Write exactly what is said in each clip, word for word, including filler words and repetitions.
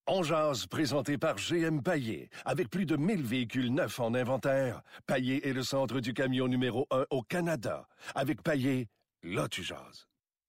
On jase, présenté par G M Paillé. Avec plus de mille véhicules neufs en inventaire, Paillé est le centre du camion numéro un au Canada. Avec Paillé, là tu jases.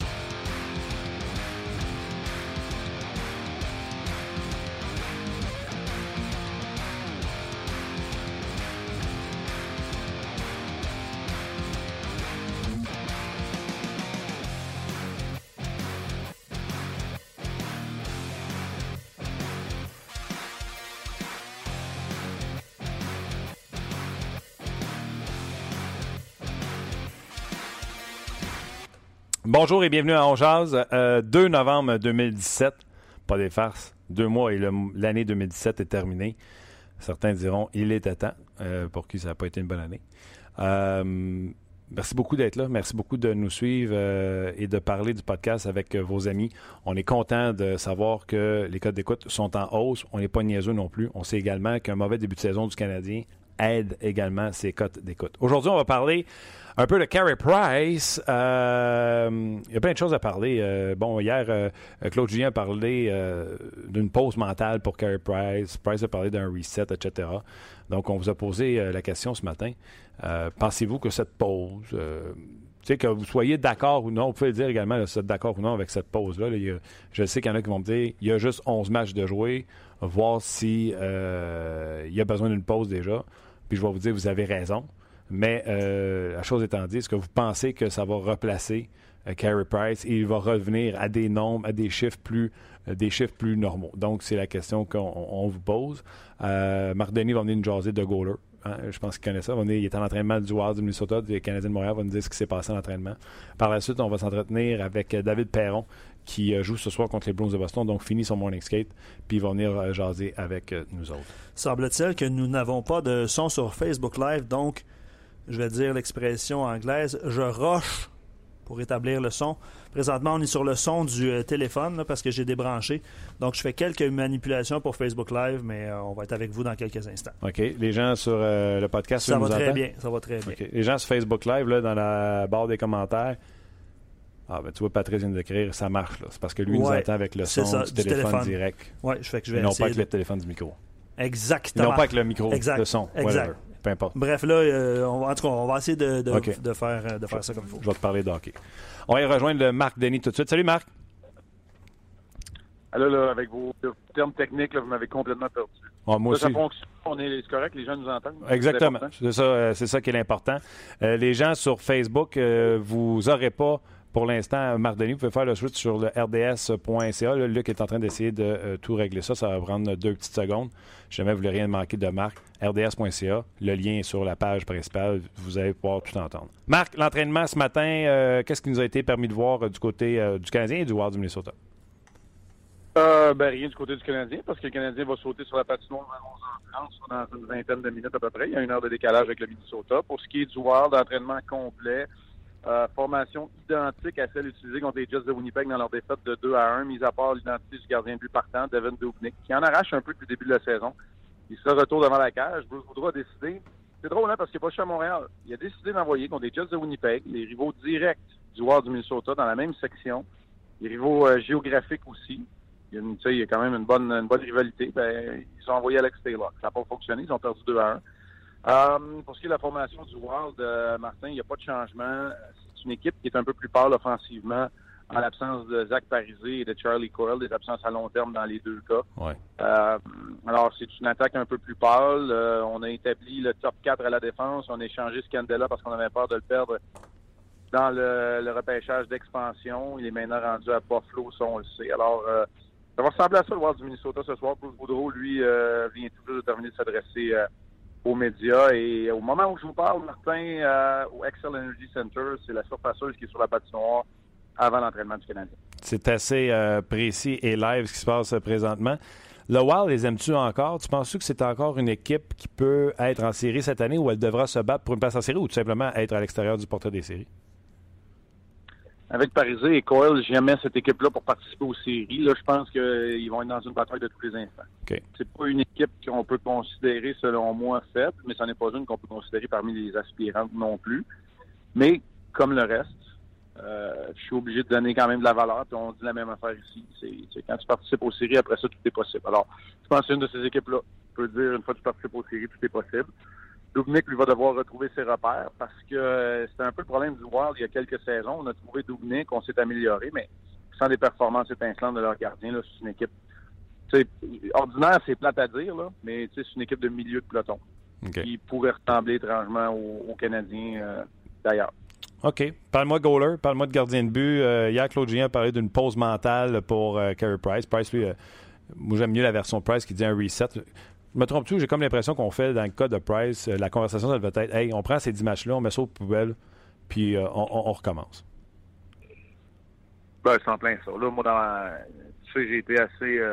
Bonjour et bienvenue à On Jase. Euh, deux novembre deux mille dix-sept, pas des farces, deux mois et le, l'année deux mille dix-sept est terminée. Certains diront il était temps, euh, pour qui ça n'a pas été une bonne année. Euh, merci beaucoup d'être là, merci beaucoup de nous suivre euh, et de parler du podcast avec euh, vos amis. On est content de savoir que les codes d'écoute sont en hausse, on n'est pas niaiseux non plus. On sait également qu'un mauvais début de saison du Canadien aide également ses cotes d'écoute. Aujourd'hui, on va parler un peu de Carey Price. Euh, il y a plein de choses à parler. Euh, bon, hier, euh, Claude Julien a parlé euh, d'une pause mentale pour Carey Price. Price a parlé d'un reset, et cetera. Donc, on vous a posé euh, la question ce matin. Euh, pensez-vous que cette pause, euh, tu sais, que vous soyez d'accord ou non, vous pouvez le dire également là, si vous êtes d'accord ou non avec cette pause-là. Là, il y a, je sais qu'il y en a qui vont me dire il y a juste onze matchs de jouer, voir si euh, il y a besoin d'une pause déjà. Puis je vais vous dire, vous avez raison. Mais euh, la chose étant dit, est-ce que vous pensez que ça va replacer euh, Carey Price et il va revenir à des nombres, à des chiffres plus, euh, des chiffres plus normaux? Donc, c'est la question qu'on on vous pose. Euh, Marc Denis va venir nous jaser de goaler. Hein, je pense qu'il connaît ça. Il, venir, il est en entraînement du Wild du Minnesota, des Canadiens de Montréal. Il va nous dire ce qui s'est passé en entraînement. Par la suite, on va s'entretenir avec David Perron, qui joue ce soir contre les Bruins de Boston, donc finit son morning skate, puis il va venir jaser avec nous autres. Semble-t-il que nous n'avons pas de son sur Facebook Live, donc je vais dire l'expression anglaise, je rush pour établir le son. Présentement, on est sur le son du euh, téléphone là, parce que j'ai débranché. Donc, je fais quelques manipulations pour Facebook Live, mais euh, on va être avec vous dans quelques instants. OK. Les gens sur euh, le podcast, ça va nous très entendent? bien. Ça va très bien. Okay. Les gens sur Facebook Live, là, dans la barre des commentaires, ah ben tu vois, Patrice vient d'écrire, ça marche là. C'est parce que lui, il ouais, nous entend avec le son ça, du, du téléphone, téléphone direct. Oui, je fais que je vais et non essayer pas avec de... le téléphone du micro. Exactement. Et non pas avec le micro, exact. le son. Exact. Whatever. Peu importe. Bref, là, euh, on va, en tout cas, on va essayer de, de, okay. de faire, de faire ça comme il faut. Je vais te parler de hockey. On va y rejoindre Marc Denis tout de suite. Salut Marc. Alors là, avec vos termes techniques, là, vous m'avez complètement perdu. Ah, moi là, aussi. Ça fonctionne, on est, c'est correct, les gens nous entendent. Exactement. C'est, c'est, ça, euh, c'est ça qui est l'important. Euh, les gens sur Facebook, euh, vous n'aurez pas, pour l'instant, Marc Denis, vous pouvez faire le switch sur le r d s point c a. Là, Luc est en train d'essayer de euh, tout régler ça. Ça va prendre deux petites secondes. Si jamais vous voulez rien manquer de Marc, r d s point c a. Le lien est sur la page principale. Vous allez pouvoir tout entendre. Marc, l'entraînement ce matin, euh, qu'est-ce qui nous a été permis de voir euh, du côté euh, du Canadien et du Wild du Minnesota? Euh, ben, rien du côté du Canadien, parce que le Canadien va sauter sur la patinoire vers onze heures trente, dans une vingtaine de minutes à peu près. Il y a une heure de décalage avec le Minnesota. Pour ce qui est du Wild, entraînement complet, euh, formation identique à celle utilisée contre les Jets de Winnipeg dans leur défaite de deux à un, mis à part l'identité du gardien de but partant, Devin Dubnyk, qui en arrache un peu depuis le début de la saison. Il se retourne devant la cage. Bruce Boudreau a décidé, c'est drôle, hein, parce qu'il n'est pas chez à Montréal. Il a décidé d'envoyer contre les Jets de Winnipeg, les rivaux directs du Wild du Minnesota, dans la même section, les rivaux euh, géographiques aussi. Il y, a une, il y a quand même une bonne, une bonne rivalité. Ben, ils ont envoyé Alex Taylor. Ça n'a pas fonctionné. Ils ont perdu deux à un. Euh, pour ce qui est de la formation du Wild, euh, Martin, il n'y a pas de changement. C'est une équipe qui est un peu plus pâle offensivement en l'absence de Zach Parisé et de Charlie Coyle, des absences à long terme dans les deux cas. Ouais. Euh, alors, c'est une attaque un peu plus pâle. Euh, on a établi le top quatre à la défense. On a échangé Scandella parce qu'on avait peur de le perdre dans le, le repêchage d'expansion. Il est maintenant rendu à Buffalo, ça on le sait. Alors, euh, ça va ressembler à ça, le Wild du Minnesota ce soir. Bruce Boudreau, lui, euh, vient tout juste de terminer de s'adresser euh, aux médias. Et au moment où je vous parle, Martin, euh, au Xcel Energy Center, c'est la surfaceuse qui est sur la patinoire avant l'entraînement du Canadien. C'est assez euh, précis et live ce qui se passe euh, présentement. Le Wild, les aimes-tu encore? Tu penses-tu que c'est encore une équipe qui peut être en série cette année ou elle devra se battre pour une place en série ou tout simplement être à l'extérieur du portrait des séries? Avec Parisé et Coyle, j'aimais cette équipe-là pour participer aux séries. Là, je pense qu'ils vont être dans une bataille de tous les instants. Okay. C'est pas une équipe qu'on peut considérer, selon moi, faible, mais ce n'est pas une qu'on peut considérer parmi les aspirantes non plus. Mais, comme le reste, Euh, je suis obligé de donner quand même de la valeur, puis on dit la même affaire ici. C'est, c'est quand tu participes aux séries, après ça, tout est possible. Alors, je pense que c'est une de ces équipes-là. Je peux dire, une fois que tu participes aux séries, tout est possible. Dubnyk, lui, va devoir retrouver ses repères parce que euh, c'était un peu le problème du Wild il y a quelques saisons. On a trouvé Dubnyk, on s'est amélioré, mais sans des performances étincelantes de leur gardien, là, c'est une équipe t'sais, ordinaire, c'est plate à dire, là, mais c'est une équipe de milieu de peloton okay. qui pourrait ressembler étrangement aux, aux Canadiens euh, d'ailleurs. OK. Parle-moi de goaler, parle-moi de gardien de but. Euh, hier, Claude Julien a parlé d'une pause mentale pour euh, Carey Price. Price, lui, euh, moi, j'aime mieux la version Price qui dit un reset. Je me trompe-tu? J'ai comme l'impression qu'on fait, dans le cas de Price, euh, la conversation, ça devait être « Hey, on prend ces dix matchs-là, on met ça aux poubelles, puis euh, on, on, on recommence. » Ben, c'est en plein ça. Là, moi, dans, tu sais, j'ai été assez... Euh,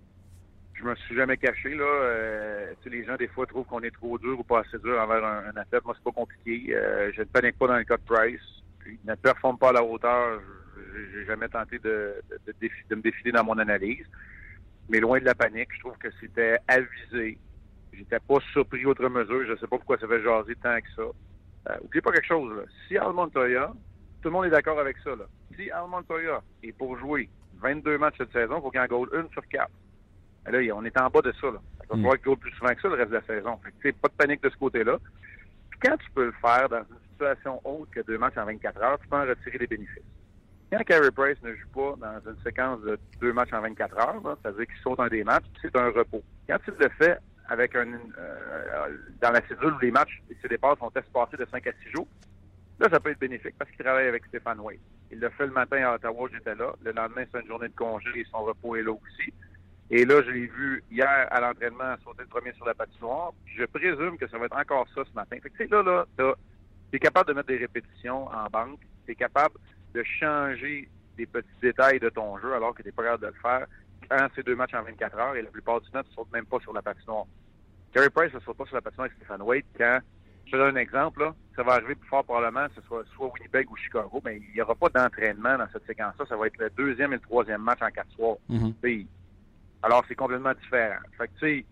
je me suis jamais caché, là. Euh, tu sais, les gens, des fois, trouvent qu'on est trop dur ou pas assez dur envers un, un athlète. Moi, c'est pas compliqué. Euh, je ne panique pas dans le cas de Price. Il ne performe pas à la hauteur. Je n'ai jamais tenté de, de, de, défi, de me défiler dans mon analyse. Mais loin de la panique, je trouve que c'était avisé. J'étais pas surpris outre mesure. Je sais pas pourquoi ça fait jaser tant que ça. Euh, oubliez pas quelque chose, là. Si Al Montoya, tout le monde est d'accord avec ça, là. Si Al Montoya est pour jouer vingt-deux matchs cette saison, il faut qu'il en goal une sur quatre. Là, on est en bas de ça, là. Il va falloir qu'il goal plus souvent que ça le reste de la saison. Fait que, tu sais, pas de panique de ce côté-là. Puis quand tu peux le faire dans une situation autre que deux matchs en vingt-quatre heures, tu peux en retirer des bénéfices. Quand Carey Price ne joue pas dans une séquence de deux matchs en vingt-quatre heures, là, c'est-à-dire qu'il saute un des matchs, c'est un repos. Quand il le fait avec un euh, dans la cédule où les matchs, ses départs sont espacés de cinq à six jours, là, ça peut être bénéfique parce qu'il travaille avec Stéphane Wade. Il l'a fait le matin à Ottawa, j'étais là. Le lendemain, c'est une journée de congé et son repos est là aussi. Et là, je l'ai vu hier à l'entraînement sauter le premier sur la patinoire. Puis je présume que ça va être encore ça ce matin. Fait que, tu sais, là, là, tu es capable de mettre des répétitions en banque. Tu es capable de changer des petits détails de ton jeu alors que tu n'es pas capable de le faire quand c'est deux matchs en vingt-quatre heures et la plupart du temps, tu ne sautes même pas sur la patinoire. Carey Price ne saute pas sur la patinoire avec Stéphane Wade quand, je te donne un exemple, là, ça va arriver plus fort probablement, que ce soit soit Winnipeg ou Chicago, mais il n'y aura pas d'entraînement dans cette séquence-là. Ça va être le deuxième et le troisième match en quatre soirs. Mm-hmm. Alors, c'est complètement différent. Fait que, tu sais,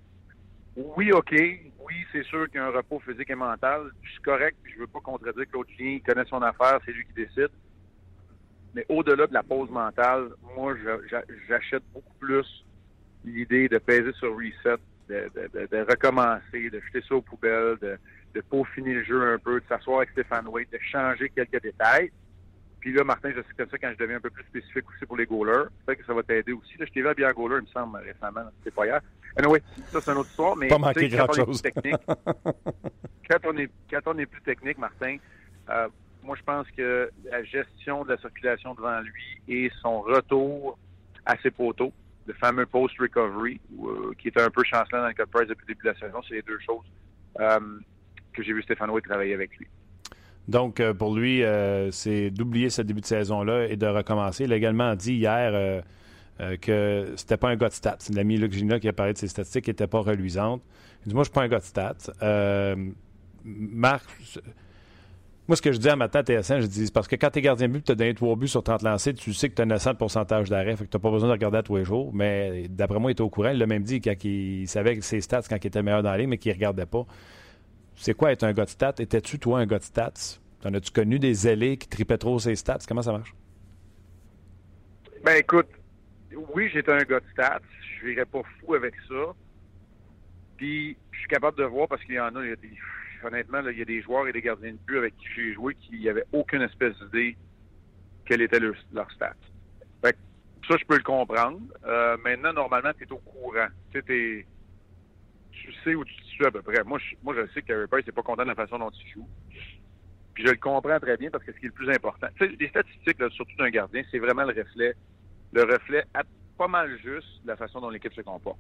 oui, OK, oui, c'est sûr qu'il y a un repos physique et mental. C'est correct, puis je veux pas contredire Claude Julien, il connaît son affaire, c'est lui qui décide. Mais au-delà de la pause mentale, moi, j'achète beaucoup plus l'idée de peser sur reset, de, de, de, de recommencer, de jeter ça aux poubelles, de, de peaufiner le jeu un peu, de s'asseoir avec Stéphane Wade, de changer quelques détails. Puis là, Martin, je sais comme ça quand je deviens un peu plus spécifique aussi pour les goalers. Peut-être que ça va t'aider aussi. Là, je t'ai vu à bien goaler, il me semble, récemment. C'était pas hier. Anyway, ça, c'est une autre histoire. Mais pas manqué grand-chose. Quand on est quand on est plus technique, Martin, euh, moi, je pense que la gestion de la circulation devant lui et son retour à ses poteaux, le fameux post-recovery, euh, qui était un peu chancelant dans le cas de Price depuis le début de la saison, c'est les deux choses euh, que j'ai vu Stéphane Wade travailler avec lui. Donc, euh, pour lui, euh, c'est d'oublier ce début de saison-là et de recommencer. Il a également dit hier euh, euh, que c'était pas un gars de stats. C'est l'ami Luc Gina qui a parlé de ses statistiques qui n'étaient pas reluisantes. Il dit, moi, je suis pas un gars de stats. Euh, Marc, moi, ce que je dis à matin à T S N, je dis, c'est parce que quand tu es gardien de but, tu as donné trois buts sur trente lancés, tu sais que tu as un cent pourcentage d'arrêt, fait que tu n'as pas besoin de regarder à tous les jours. Mais d'après moi, il était au courant. Il l'a même dit quand il, il savait ses stats quand il était meilleur dans la ligne, mais qu'il ne regardait pas. C'est quoi être un gars de stats? Étais-tu, toi, un gars de stats? T'en as-tu connu des ailés qui tripaient trop ses stats? Comment ça marche? Ben, écoute, oui, j'étais un gars de stats. Je virais pas fou avec ça. Puis, je suis capable de voir parce qu'il y en a, il y a des, honnêtement, là, il y a des joueurs et des gardiens de but avec qui j'ai joué qui n'avaient aucune espèce d'idée quelle était leur, leur stats. Fait que ça, je peux le comprendre. Euh, maintenant, normalement, tu es au courant. Tu sais, t'es... Tu sais où tu te situes à peu près. Moi, je, moi, je sais que Carey Price n'est pas content de la façon dont il joue. Puis je le comprends très bien parce que ce qui est le plus important, tu sais, les statistiques, là, surtout d'un gardien, c'est vraiment le reflet, le reflet à, pas mal juste de la façon dont l'équipe se comporte.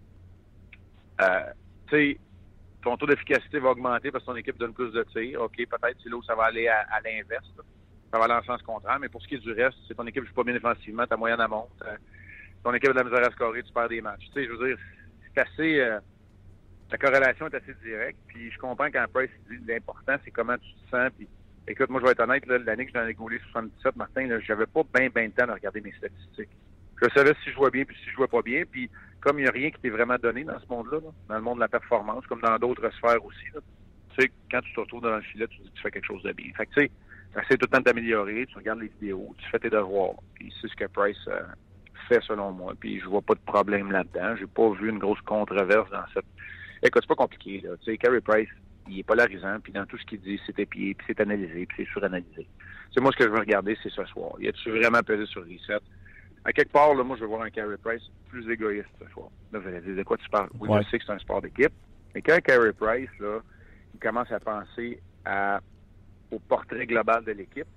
Euh, tu sais, ton taux d'efficacité va augmenter parce que ton équipe donne plus de tirs. OK, peut-être c'est là où ça va aller à, à l'inverse. Là. Ça va aller en sens contraire. Mais pour ce qui est du reste, c'est ton équipe ne joue pas bien défensivement, ta moyenne à monte. Euh, ton équipe a de la misère à scorer, tu perds des matchs. Tu sais, je veux dire, c'est assez... Euh, la corrélation est assez directe. Puis je comprends quand Price dit l'important, c'est comment tu te sens. Puis écoute, moi, je vais être honnête, là, l'année que j'en ai gaulé soixante-dix-sept, Martin, là, j'avais pas bien, bien de temps de regarder mes statistiques. Je savais si je jouais bien puis si je jouais pas bien. Puis comme il n'y a rien qui t'est vraiment donné dans ce monde-là, là, dans le monde de la performance, comme dans d'autres sphères aussi, là, tu sais, quand tu te retrouves dans le filet, tu dis que tu fais quelque chose de bien. Fait que tu sais, essaie tout le temps d'améliorer, tu regardes les vidéos, tu fais tes devoirs. Puis c'est ce que Price euh, fait selon moi. Puis je vois pas de problème là-dedans. J'ai pas vu une grosse controverse dans cette... Écoute, c'est pas compliqué, là. Tu sais, Carey Price, il est polarisant, puis dans tout ce qu'il dit, c'est épié, puis c'est analysé, puis c'est suranalysé. C'est moi, ce que je veux regarder, c'est ce soir. Y a-tu vraiment pesé sur reset? À quelque part, là, moi, je veux voir un Carey Price plus égoïste ce soir. Là, vous allez dire, de quoi tu parles? Oui, ouais. je sais que c'est un sport d'équipe, mais quand Carey Price, là, il commence à penser à, au portrait global de l'équipe,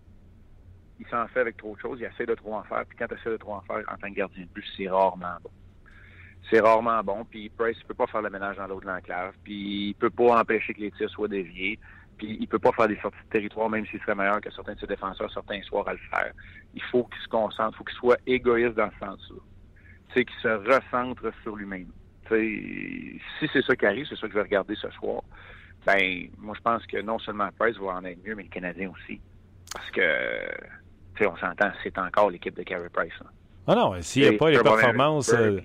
il s'en fait avec trop de choses, il essaie de trop en faire, puis quand tu essaies de trop en faire en tant que gardien de but, c'est rarement bon. C'est rarement bon, puis Price ne peut pas faire le ménage dans l'eau de l'enclave, puis il peut pas empêcher que les tirs soient déviés, puis il peut pas faire des sorties de territoire, même s'il serait meilleur que certains de ses défenseurs certains soirs à le faire. Il faut qu'il se concentre, il faut qu'il soit égoïste dans ce sens-là. Tu sais, qu'il se recentre sur lui-même. Tu sais, si c'est ça qui arrive, c'est ça que je vais regarder ce soir, ben moi je pense que non seulement Price va en être mieux, mais le Canadien aussi. Parce que, tu sais, on s'entend, c'est encore l'équipe de Carey Price. Hein. Ah non, s'il n'y a pas les performances... Euh...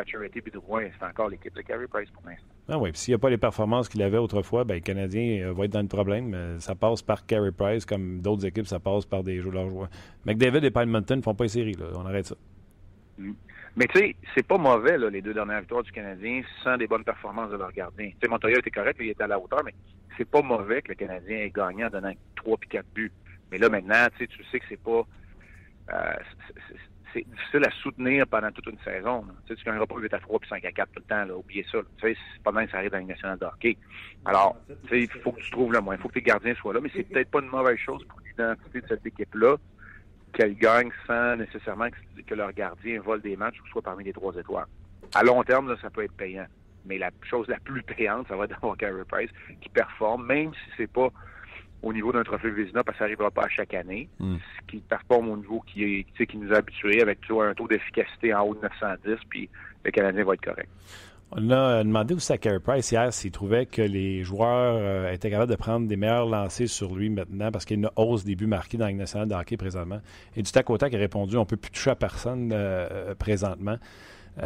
c'est encore l'équipe de Carey Price pour l'instant. Ah oui, puis s'il n'y a pas les performances qu'il avait autrefois, ben, le Canadien va être dans le problème. Ça passe par Carey Price, comme d'autres équipes, ça passe par des joueurs joueurs. McDavid et Edmonton ne font pas les séries, là. On arrête ça. Mm. Mais tu sais, c'est pas mauvais, là, les deux dernières victoires du Canadien, sans des bonnes performances de leur gardien. Tu sais, Montoya était correct, il était à la hauteur, mais c'est pas mauvais que le Canadien ait gagné en donnant trois puis quatre buts. Mais là, maintenant, tu sais, tu sais que c'est pas... Euh, c'est, c'est, c'est difficile à soutenir pendant toute une saison. Là. Tu sais, tu gagneras pas huit à trois puis cinq à quatre tout le temps, là. Oubliez ça. Là. Tu sais, c'est pas mal que ça arrive dans la Ligue nationale de hockey. Alors, tu sais, il faut que tu trouves le moyen. Il faut que tes gardiens soient là, mais c'est peut-être pas une mauvaise chose pour l'identité de cette équipe-là qu'elle gagne sans nécessairement que, que leur gardien vole des matchs ou soit parmi les trois étoiles. À long terme, là, ça peut être payant. Mais la chose la plus payante, ça va être d'avoir Carey Price qui performe, même si c'est pas au niveau d'un trophée Vézina, parce que ça n'arrivera pas à chaque année, mm. qui performe au niveau qui, est, tu sais, qui nous a habitués avec tu vois, un taux d'efficacité en haut de neuf cent dix, puis le Canadien va être correct. On a demandé aussi à Carey Price hier s'il trouvait que les joueurs euh, étaient capables de prendre des meilleurs lancers sur lui maintenant parce qu'il y a une hausse des buts marqués dans la Ligue nationale de hockey présentement. Et du tac au tac, il a répondu « on ne peut plus toucher à personne euh, présentement euh, ».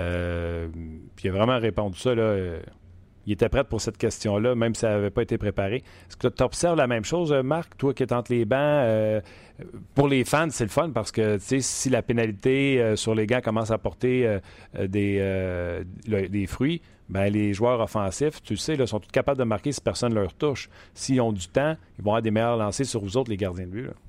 Puis il a vraiment répondu ça, là. Euh, Il était prêt pour cette question-là, même si ça n'avait pas été préparé. Est-ce que tu observes la même chose, Marc, toi qui es entre les bancs? Euh, pour les fans, c'est le fun parce que tu sais, si la pénalité euh, sur les gants commence à porter euh, des, euh, le, des fruits, ben les joueurs offensifs, tu le sais, là, sont tous capables de marquer si personne ne leur touche. S'ils ont du temps, ils vont avoir des meilleurs lancers sur vous autres, les gardiens de but. Là.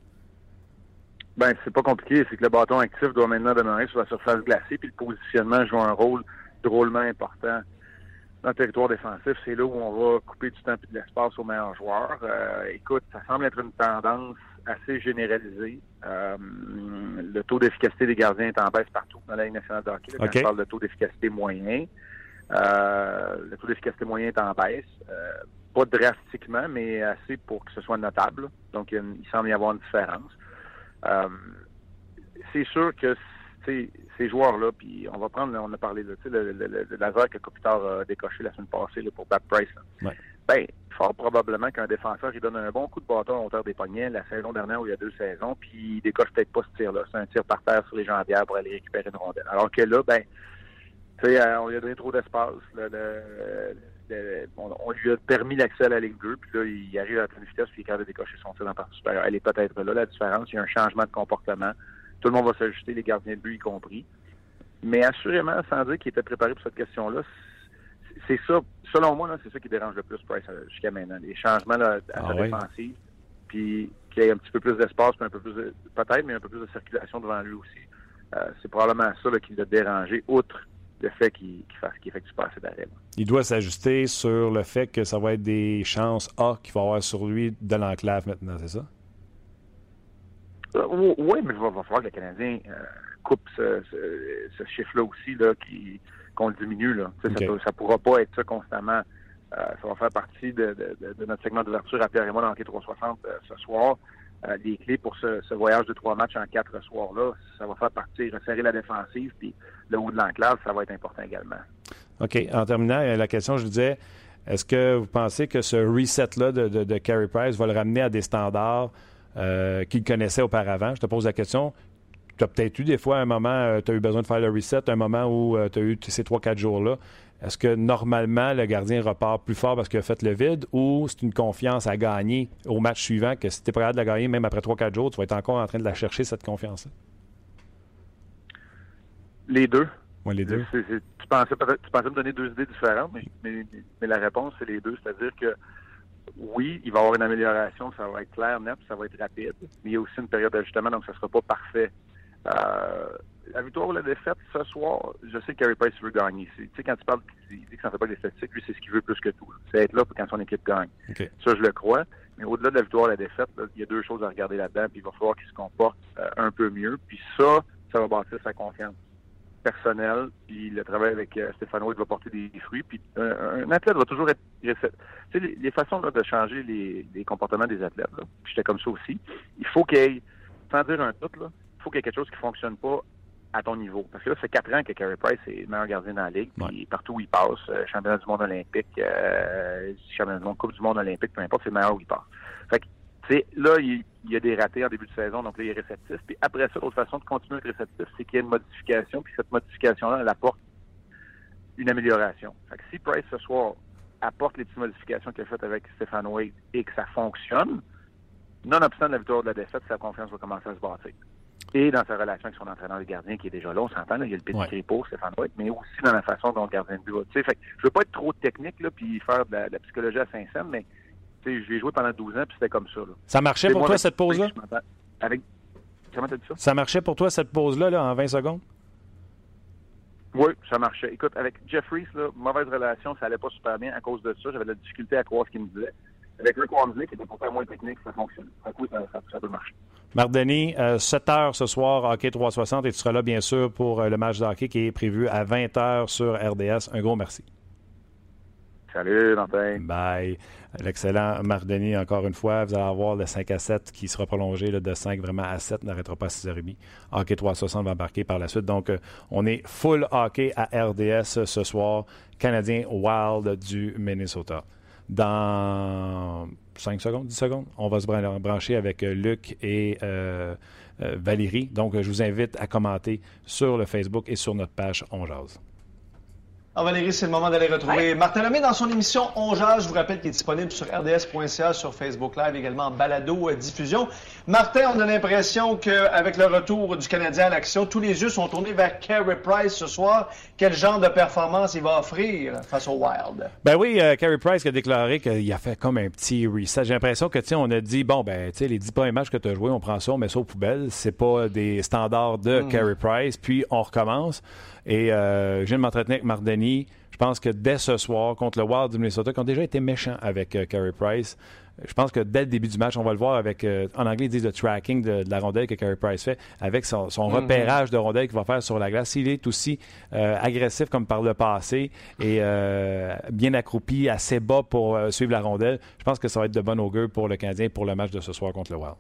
Ben, c'est pas compliqué. C'est que le bâton actif doit maintenant demeurer sur la surface glacée, puis le positionnement joue un rôle drôlement important. Dans le territoire défensif, c'est là où on va couper du temps et de l'espace aux meilleurs joueurs. Euh, écoute, ça semble être une tendance assez généralisée. Euh, le taux d'efficacité des gardiens est en baisse partout dans la Ligue nationale de hockey. Là, quand okay. je parle de taux d'efficacité moyen, euh, le taux d'efficacité moyen est en baisse. Euh, pas drastiquement, mais assez pour que ce soit notable. Donc, il, il semble y avoir une différence. Euh, c'est sûr que T'sais, ces joueurs-là, puis on va prendre, on a parlé de le, le, le, le laser que Kopitar a décoché la semaine passée là, pour Bat Price. Ouais. Ben, fort probablement qu'un défenseur, il donne un bon coup de bâton à hauteur des poignets la saison dernière où il y a deux saisons, puis il décoche peut-être pas ce tir-là. C'est un tir par terre sur les jambières pour aller récupérer une rondelle. Alors que là, ben, tu sais, on lui a donné trop d'espace. Là, le, le, on, on lui a permis l'accès à la ligne bleue, puis là, il arrive à la pleine vitesse, puis il est capable de décocher son tir dans la partie supérieure. Elle est peut-être là, la différence. Il y a un changement de comportement. Tout le monde va s'ajuster, les gardiens de but y compris. Mais assurément, sans dire qu'il était préparé pour cette question-là, c'est ça, selon moi, là, c'est ça qui dérange le plus Price jusqu'à maintenant. Les changements là, à sa ah, défensive, oui. Puis qu'il y ait un petit peu plus d'espace, puis un peu plus de, peut-être, mais un peu plus de circulation devant lui aussi. Euh, c'est probablement ça là, qui l'a dérangé, outre le fait qu'il, qu'il, fasse, qu'il effectue pas assez d'arrêt. Là. Il doit s'ajuster sur le fait que ça va être des chances A qu'il va avoir sur lui de l'enclave maintenant, c'est ça? Euh, oui, mais il va, va falloir que le Canadien euh, coupe ce, ce, ce chiffre-là aussi, là, qui, qu'on le diminue. Là. Okay. Ça ne pourra pas être ça constamment. Euh, ça va faire partie de, de, de, de notre segment d'ouverture à Pierre et moi dans Hockey trois cent soixante euh, ce soir. Euh, les clés pour ce, ce voyage de trois matchs en quatre soirs-là, ça va faire partie, resserrer la défensive, puis le haut de l'enclave, ça va être important également. OK. En terminant, la question, je vous disais, est-ce que vous pensez que ce reset-là de, de, de Carey Price va le ramener à des standards Euh, qu'il connaissait auparavant? Je te pose la question. tu as peut-être eu des fois un moment, euh, tu as eu besoin de faire le reset, un moment où euh, tu as eu ces trois quatre jours-là. Est-ce que normalement, le gardien repart plus fort parce qu'il a fait le vide ou c'est une confiance à gagner au match suivant que si tu es prêt à la gagner, même après trois quatre jours, tu vas être encore en train de la chercher, cette confiance-là? Les deux. Oui, les deux. C'est, c'est, tu, pensais, tu pensais me donner deux idées différentes, mais, mais, mais la réponse, c'est les deux. C'est-à-dire que oui, il va y avoir une amélioration, ça va être clair, net, ça va être rapide, mais il y a aussi une période d'ajustement, donc ça ne sera pas parfait. Euh, la victoire ou la défaite, ce soir, je sais que Carey Price veut gagner. C'est, tu sais, quand tu parles, il dit que ça ne fait pas des statistiques, lui, c'est ce qu'il veut plus que tout. Là. C'est être là pour quand son équipe gagne. Okay. Ça, je le crois. Mais au-delà de la victoire ou la défaite, là, il y a deux choses à regarder là-dedans, puis il va falloir qu'il se comporte euh, un peu mieux. Puis ça, ça va bâtir sa confiance personnelle. Puis le travail avec euh, Stéphane White va porter des fruits. Puis euh, un athlète va toujours être... Tu sais, les, les façons là, de changer les, les comportements des athlètes, là, puis j'étais comme ça aussi, il faut qu'il y ait, sans dire un tout, là, il faut qu'il y ait quelque chose qui ne fonctionne pas à ton niveau. Parce que là, ça fait quatre ans que Carey Price est le meilleur gardien dans la Ligue. Puis ouais. Partout où il passe, euh, championnat du monde olympique, euh, championnat du monde, Coupe du monde olympique, peu importe, c'est le meilleur où il passe. Fait que, tu sais, là, il, il y a des ratés en début de saison, donc là, il est réceptif. Puis après ça, l'autre façon de continuer à être réceptif, c'est qu'il y a une modification. Puis cette modification-là, elle apporte une amélioration. Fait que si Price, ce soir, apporte les petites modifications qu'il a faites avec Stéphane White et que ça fonctionne, nonobstant de la victoire ou de la défaite, sa confiance va commencer à se bâtir. Et dans sa relation avec son entraîneur de gardien qui est déjà là, on s'entend, là, il y a le petit ouais. pour Stéphane White, mais aussi dans la façon dont le gardien de but va. Fait que je veux pas être trop technique là, puis faire de la, de la psychologie à Saint-Saëns, mais je l'ai joué pendant douze ans, puis c'était comme ça. Là. Ça marchait pour moi, toi, cette pause-là? Avec... Comment t'as dit ça? Ça marchait pour toi, cette pause-là, là, en vingt secondes? Oui, ça marchait. Écoute, avec Jeffries, là, mauvaise relation, ça allait pas super bien à cause de ça. J'avais de la difficulté à croire ce qu'il me disait. Avec Rick Wamsley, qui était pourtant moins technique, ça fonctionne. À coup, ça, ça, ça peut marcher. Marc Denis, euh, sept heures ce soir, Hockey trois cent soixante, et tu seras là, bien sûr, pour euh, le match de hockey qui est prévu à vingt heures sur R D S. Un gros merci. Salut, Martin. Bye. L'excellent Marc Denis, encore une fois. Vous allez avoir le cinq à sept qui sera prolongé là, de cinq vraiment à sept, n'arrêtera pas à six heures trente. Hockey trois cent soixante va embarquer par la suite. Donc, euh, on est full hockey à R D S ce soir. Canadien Wild du Minnesota. Dans cinq secondes, dix secondes, on va se brancher avec Luc et euh, euh, Valérie. Donc, je vous invite à commenter sur le Facebook et sur notre page On Jase. Alors Valérie, c'est le moment d'aller retrouver ouais. Martin Lemay dans son émission On Jase. Je vous rappelle qu'il est disponible sur R D S point C A, sur Facebook Live, également en balado-diffusion. Martin, on a l'impression qu'avec le retour du Canadien à l'action, tous les yeux sont tournés vers Carey Price ce soir. Quel genre de performance il va offrir face au Wild? Ben oui, euh, Carey Price qui a déclaré qu'il a fait comme un petit reset. J'ai l'impression que, tu sais, on a dit, bon, ben, tu sais, les dix premiers matchs que tu as joués, on prend ça, on met ça aux poubelles. C'est pas des standards de mm. Carey Price, puis on recommence. Et euh, je viens de m'entretenir avec Marc Denis. Je pense que dès ce soir, contre le Wild du Minnesota, qui ont déjà été méchants avec euh, Carey Price, je pense que dès le début du match, on va le voir avec, euh, en anglais, ils disent le tracking de, de la rondelle que Carey Price fait, avec son, son mm-hmm. repérage de rondelle qu'il va faire sur la glace. S'il est aussi euh, agressif comme par le passé et euh, bien accroupi, assez bas pour euh, suivre la rondelle, je pense que ça va être de bon augure pour le Canadien pour le match de ce soir contre le Wild.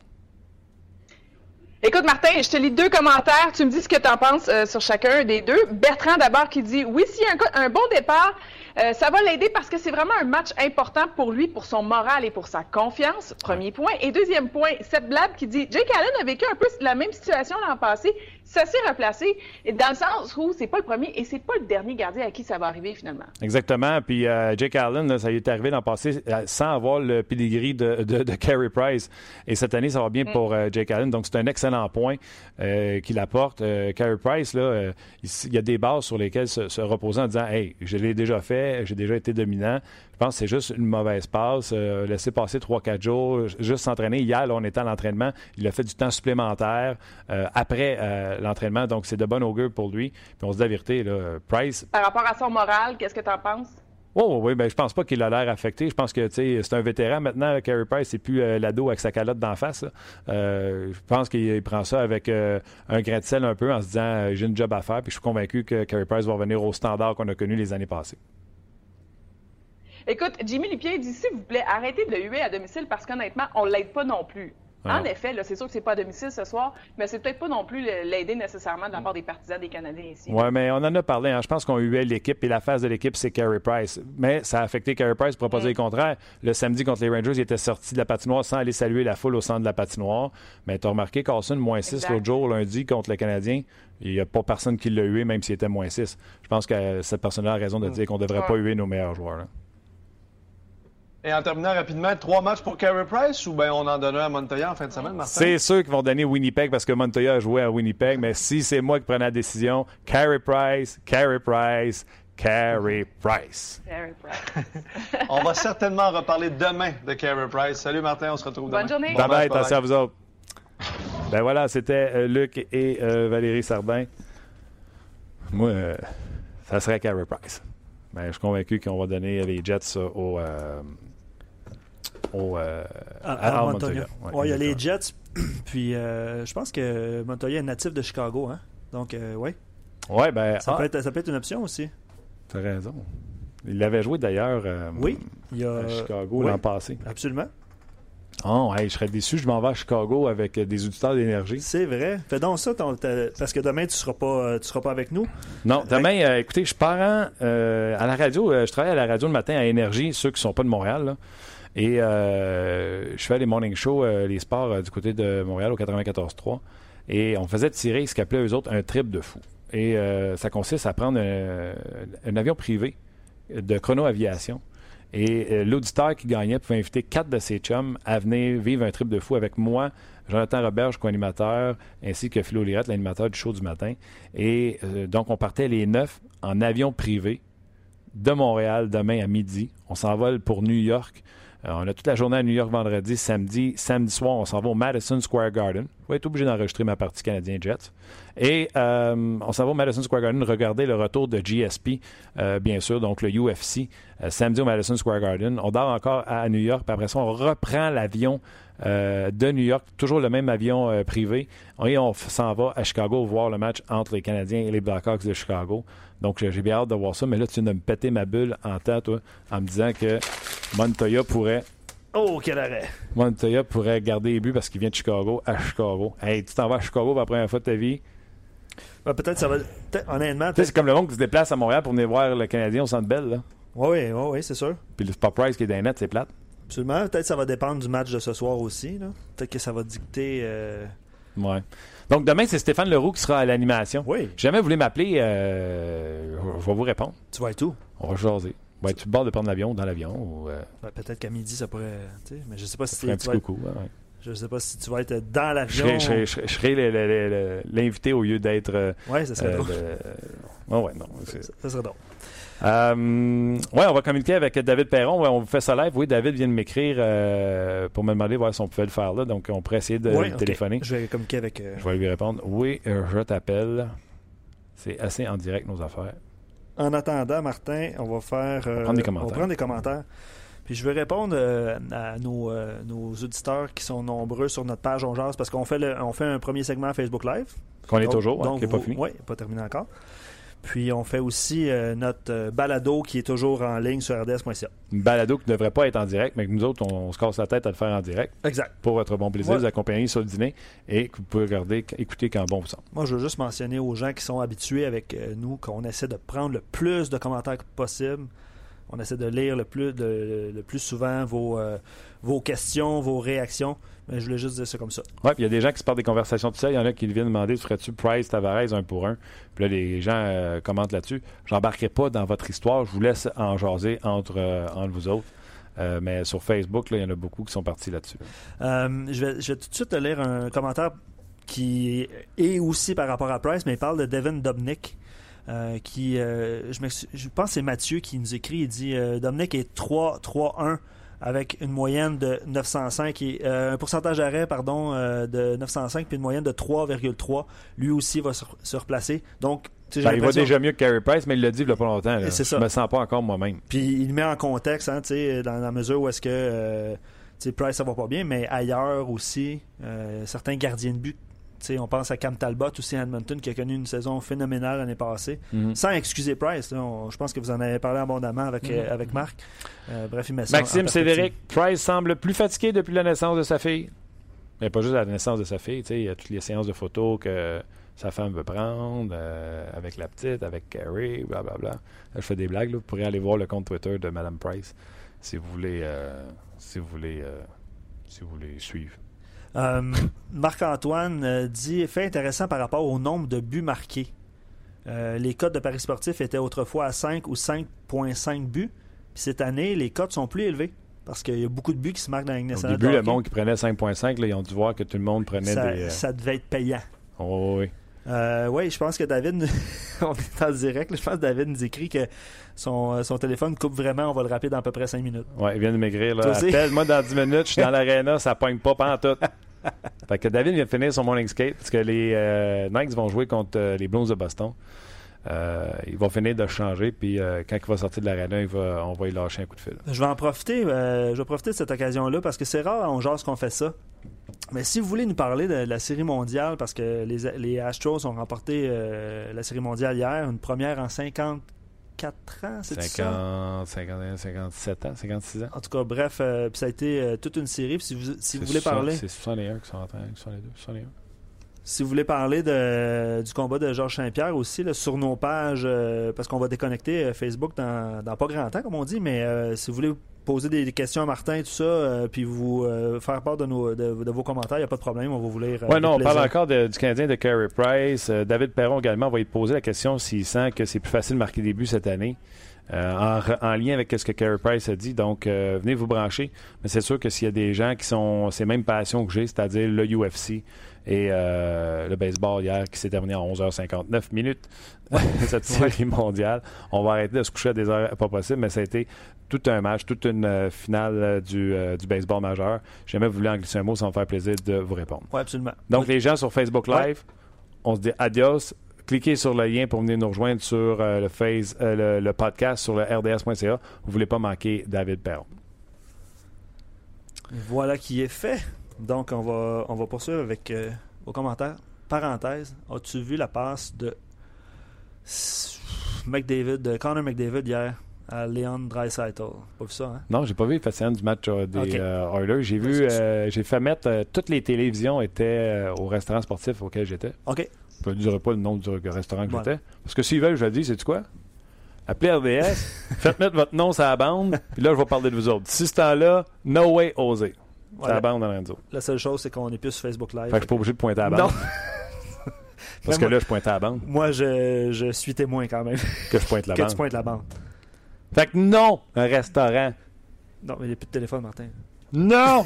Écoute, Martin, je te lis deux commentaires. Tu me dis ce que tu en penses euh, sur chacun des deux. Bertrand, d'abord, qui dit « Oui, s'il y a un, un bon départ, euh, ça va l'aider parce que c'est vraiment un match important pour lui, pour son moral et pour sa confiance. » Premier point. Et deuxième point, Seth Blab qui dit « Jake Allen a vécu un peu la même situation l'an passé. Ça s'est replacé. » Dans le sens où c'est pas le premier et c'est pas le dernier gardien à qui ça va arriver, finalement. Exactement. Puis euh, Jake Allen, là, ça lui est arrivé l'an passé euh, sans avoir le pedigree de, de, de Carey Price. Et cette année, ça va bien mm. pour euh, Jake Allen. Donc, c'est un excellent point euh, qu'il apporte. Euh, Carey Price, là, euh, il y a des bases sur lesquelles se, se reposer en disant « Hey, je l'ai déjà fait, j'ai déjà été dominant. » Je pense que c'est juste une mauvaise passe. Euh, laisser passer trois quatre jours, juste s'entraîner. Hier, là, on était à l'entraînement. Il a fait du temps supplémentaire euh, après euh, l'entraînement. Donc, c'est de bon augure pour lui. Puis on se dit la vérité, là, Price... Par rapport à son moral, qu'est-ce que tu en penses? Oh oui, ben je pense pas qu'il a l'air affecté. Je pense que c'est un vétéran maintenant. Là, Carey Price, c'est plus euh, l'ado avec sa calotte d'en face. Euh, je pense qu'il prend ça avec euh, un grain de sel un peu en se disant euh, j'ai une job à faire. Puis je suis convaincu que Carey Price va revenir au standard qu'on a connu les années passées. Écoute, Jimmy Lupien dit s'il vous plaît, arrêtez de le huer à domicile parce qu'honnêtement, on l'aide pas non plus. En effet, là, c'est sûr que c'est pas à domicile ce soir, mais c'est peut-être pas non plus l'aider nécessairement de la part des partisans des Canadiens ici. Oui, mais on en a parlé. Hein. Je pense qu'on huait l'équipe et la phase de l'équipe, c'est Carey Price. Mais ça a affecté Carey Price pour pas dire le contraire. Le samedi contre les Rangers, il était sorti de la patinoire sans aller saluer la foule au centre de la patinoire. Mais tu as remarqué, Carlson, moins six l'autre jour, lundi, contre le Canadien. Il n'y a pas personne qui l'a hué, même s'il était moins six. Je pense que cette personne-là a raison de dire qu'on ne devrait ouais. pas huer nos meilleurs joueurs. Là. Et en terminant rapidement, trois matchs pour Carey Price ou bien on en donne un à Montoya en fin de semaine, Martin? C'est sûr qu'ils vont donner Winnipeg parce que Montoya a joué à Winnipeg, mais si c'est moi qui prenais la décision, Carey Price, Carey Price, Carey Price. Carey Price. On va certainement reparler demain de Carey Price. Salut Martin, on se retrouve demain. Bonne journée. Bye bye, attention à vous autres. Ben voilà, c'était euh, Luc et euh, Valérie Sardin. Moi, euh, ça serait Carey Price. Ben, je suis convaincu qu'on va donner les Jets au... Euh, Au, euh, à, à, à Montoya. Ouais, ouais, il y a les Jets, puis euh, je pense que Montoya est natif de Chicago, hein? Donc, euh, oui. Ouais, ben, ça, ah, peut être, ça peut être une option aussi. T'as raison. Il l'avait joué d'ailleurs euh, oui, il y a... à Chicago oui, l'an passé. Absolument. Oh, hey, je serais déçu, je m'en vais à Chicago avec des auditeurs d'énergie. C'est vrai. Fais donc ça, ton, parce que demain, tu ne seras, pas, tu seras pas avec nous. Non, demain, euh, écoutez, je pars euh, à la radio. Euh, je travaille à la radio le matin à Énergie, ceux qui ne sont pas de Montréal, là. Et euh, je fais les morning shows, euh, les sports euh, du côté de Montréal au quatre-vingt-quatorze trois. Et on faisait tirer ce qu'appelaient eux autres un trip de fou. Et euh, ça consiste à prendre un, un avion privé de Chrono Aviation. Et euh, l'auditeur qui gagnait pouvait inviter quatre de ses chums à venir vivre un trip de fou avec moi, Jonathan Roberge, co-animateur, ainsi que Philo Lirette, l'animateur du show du matin. Et euh, donc, on partait les neuf en avion privé de Montréal demain à midi. On s'envole pour New York. Euh, on a toute la journée à New York vendredi, samedi. Samedi soir, on s'en va au Madison Square Garden. Je vais être obligé d'enregistrer ma partie Canadien Jets. Et euh, on s'en va au Madison Square Garden regarder le retour de G S P, euh, bien sûr, donc le U F C, euh, samedi au Madison Square Garden. On dort encore à New York, puis après ça, on reprend l'avion euh, de New York, toujours le même avion euh, privé. Et on f- s'en va à Chicago voir le match entre les Canadiens et les Blackhawks de Chicago. Donc, j'ai bien hâte de voir ça. Mais là, tu viens de me péter ma bulle en temps, toi, en me disant que Montoya pourrait... Oh, quel arrêt! Montoya pourrait garder les buts parce qu'il vient de Chicago à Chicago. Hey, tu t'en vas à Chicago pour la première fois de ta vie? Ben, peut-être ça va... Peut-être, honnêtement... Peut-être... C'est comme le monde qui se déplace à Montréal pour venir voir le Canadien au Centre Bell, là. Oui, oui, oui, c'est sûr. Puis le Sport Price qui est dans les nets, c'est plate. Absolument. Peut-être que ça va dépendre du match de ce soir aussi, là. Peut-être que ça va dicter... Euh... Ouais. Donc, demain, c'est Stéphane Leroux qui sera à l'animation. Oui. Si jamais vous voulez m'appeler, euh, je vais vous répondre. Tu vas être où? On va jaser. Va être sur le bord de prendre l'avion ou dans l'avion. Ou, euh... ben, peut-être qu'à midi, ça pourrait... Mais je sais pas si ça ferait un petit coucou. Être... Ouais. Je sais pas si tu vas être dans l'avion. Je serai, je serai, je serai le, le, le, le, l'invité au lieu d'être... Euh, oui, ça serait euh, drôle. De... Oh, ouais, non. C'est... Ça, ça serait drôle. Euh, oui, on va communiquer avec David Perron. Ouais, on vous fait ça live. Oui, David vient de m'écrire euh, pour me demander ouais, si on pouvait le faire là. Donc, on pourrait essayer de oui, le okay. téléphoner. Je vais communiquer avec... Euh... Je vais lui répondre. Oui, euh, je t'appelle. C'est assez en direct, nos affaires. En attendant, Martin, on va faire... Euh, on va prendre des commentaires. On va prendre des commentaires. Puis je vais répondre euh, à nos, euh, nos auditeurs qui sont nombreux sur notre page On Jase parce qu'on fait, le, on fait un premier segment Facebook Live. Qu'on donc, est toujours, donc qui n'est pas fini. Oui, pas terminé encore. Puis on fait aussi euh, notre euh, balado qui est toujours en ligne sur R D S point C A. Une balado qui ne devrait pas être en direct, mais que nous autres, on, on se casse la tête à le faire en direct. Exact. Pour votre bon plaisir, ouais. vous accompagner sur le dîner et que vous pouvez regarder, écouter quand bon vous semble. Moi, je veux juste mentionner aux gens qui sont habitués avec euh, nous qu'on essaie de prendre le plus de commentaires possible. On essaie de lire le plus, de, le plus souvent vos, euh, vos questions, vos réactions. Mais je voulais juste dire ça comme ça. Oui, puis il y a des gens qui se parlent des conversations tout ça. Il y en a qui viennent demander ferais-tu Price, Tavares un pour un. Puis là, les gens euh, commentent là-dessus. J'embarquerai pas dans votre histoire. Je vous laisse en jaser entre, euh, entre vous autres. Euh, mais sur Facebook, là, il y en a beaucoup qui sont partis là-dessus. Euh, je, vais, je vais tout de suite te lire un commentaire qui est aussi par rapport à Price, mais il parle de Devin Dubnyk. Euh, qui, euh, je, je pense que c'est Mathieu qui nous écrit, il dit euh, Dubnyk est trois trois un avec une moyenne de neuf cent cinq et euh, un pourcentage d'arrêt pardon euh, de neuf cent cinq puis une moyenne de trois virgule trois. Lui aussi va se, se replacer. Donc ben, il va déjà mieux que Carey Price, mais il l'a dit il n'y a pas longtemps. Là. C'est je ça. me sens pas encore moi-même. Puis il met en contexte, hein, dans la mesure où est-ce que euh, Price ça va pas bien, mais ailleurs aussi, euh, certains gardiens de but. T'sais, on pense à Cam Talbot aussi à Edmonton qui a connu une saison phénoménale l'année passée. Mm-hmm. Sans excuser Price. Là, on, je pense que vous en avez parlé abondamment avec, mm-hmm. euh, avec Marc. Euh, bref, il met ça Maxime Cédric, Price semble plus fatigué depuis la naissance de sa fille. Il n'y a pas juste la naissance de sa fille, il y a toutes les séances de photos que sa femme veut prendre, euh, avec la petite, avec Carrie, blablabla. Là, je fais des blagues, là. Vous pourrez aller voir le compte Twitter de Mme Price si vous voulez, euh, si vous voulez, euh, si vous voulez suivre. Euh, Marc-Antoine euh, dit « Fait intéressant par rapport au nombre de buts marqués. Euh, les cotes de paris sportifs étaient autrefois à cinq ou cinq virgule cinq buts. Puis cette année, les cotes sont plus élevées. Parce qu'il y a beaucoup de buts qui se marquent dans la Ligue nationale. Au début, le monde qui prenait cinq virgule cinq, là, ils ont dû voir que tout le monde prenait ça, des... Euh... Ça devait être payant. Oh, oui. Euh, oui, je pense que David, on est en direct, là, je pense que David nous écrit que son, son téléphone coupe vraiment, on va le rappeler dans à peu près cinq minutes. Oui, il vient de maigrir. Là. Appelle-moi dans dix minutes, je suis dans l'aréna, ça pogne pas pantoute. Fait que David vient de finir son morning skate parce que les euh, Knights vont jouer contre euh, les Blues de Boston. Euh, il va finir de changer, puis euh, quand il va sortir de l'aréna, il va, on va lui lâcher un coup de fil. Je vais en profiter, euh, je vais profiter de cette occasion-là parce que c'est rare on jase qu'on fait ça. Mais si vous voulez nous parler de la Série mondiale, parce que les, les Astros ont remporté euh, la Série mondiale hier, une première en cinquante-quatre ans, c'est ça? cinquante, cinquante, cinquante-sept ans, cinquante-six ans. En tout cas, bref, euh, ça a été euh, toute une série. Puis si vous, si vous voulez parler... C'est soixante et un qui sont en train, soixante-deux, soixante et un. Si vous voulez parler de, du combat de Georges Saint-Pierre aussi, là, sur nos pages, euh, parce qu'on va déconnecter euh, Facebook dans, dans pas grand temps, comme on dit, mais euh, si vous voulez poser des, des questions à Martin et tout ça, euh, puis vous euh, faire part de, nos, de, de vos commentaires, il n'y a pas de problème, on va vous lire. Euh, oui, non, on parle encore de, du Canadien de Carey Price. Euh, David Perron également va lui poser la question s'il sent que c'est plus facile de marquer des buts cette année. Euh, en, en lien avec ce que Carey Price a dit. Donc, euh, venez vous brancher. Mais c'est sûr que s'il y a des gens qui sont ces mêmes passions que j'ai, c'est-à-dire le U F C et euh, le baseball hier qui s'est terminé à onze heures cinquante-neuf minutes, cette série mondiale, on va arrêter de se coucher à des heures pas possibles, mais ça a été tout un match, toute une euh, finale euh, du, euh, du baseball majeur. J'ai jamais voulu en glisser un mot, ça va me faire plaisir de vous répondre. Oui, absolument. Donc, les gens sur Facebook Live, ouais. On se dit adios. Cliquez sur le lien pour venir nous rejoindre sur euh, le, face, euh, le, le podcast sur le R D S point C A. Vous ne voulez pas manquer David Perron. Voilà qui est fait. Donc, on va, on va poursuivre avec euh, vos commentaires. Parenthèse, as-tu vu la passe de McDavid, de Connor McDavid hier à Leon Draisaitl? Pas vu ça, hein? Non, j'ai pas vu le fascinant du match euh, des okay. euh, Oilers. J'ai vu, euh, j'ai fait mettre euh, toutes les télévisions étaient euh, au restaurant sportif auquel j'étais. OK. Je ne dirai pas le nom du restaurant que voilà. j'étais. Parce que s'ils veulent, je le dis, c'est-tu quoi? Appelez R D S, faites mettre votre nom sur la bande, puis là, je vais parler de vous autres. Si ce temps-là, no way, osez. C'est voilà. la bande dans l'enzo. La seule chose, c'est qu'on n'est plus sur Facebook Live. Fait que je suis pas obligé de pointer à la bande. Non. Parce que moi, là, je pointe à la bande. Moi, je, je suis témoin quand même. Que je pointe la que bande. Que tu pointes la bande. Fait que non, un restaurant. Non, mais il n'y a plus de téléphone, Martin. Non!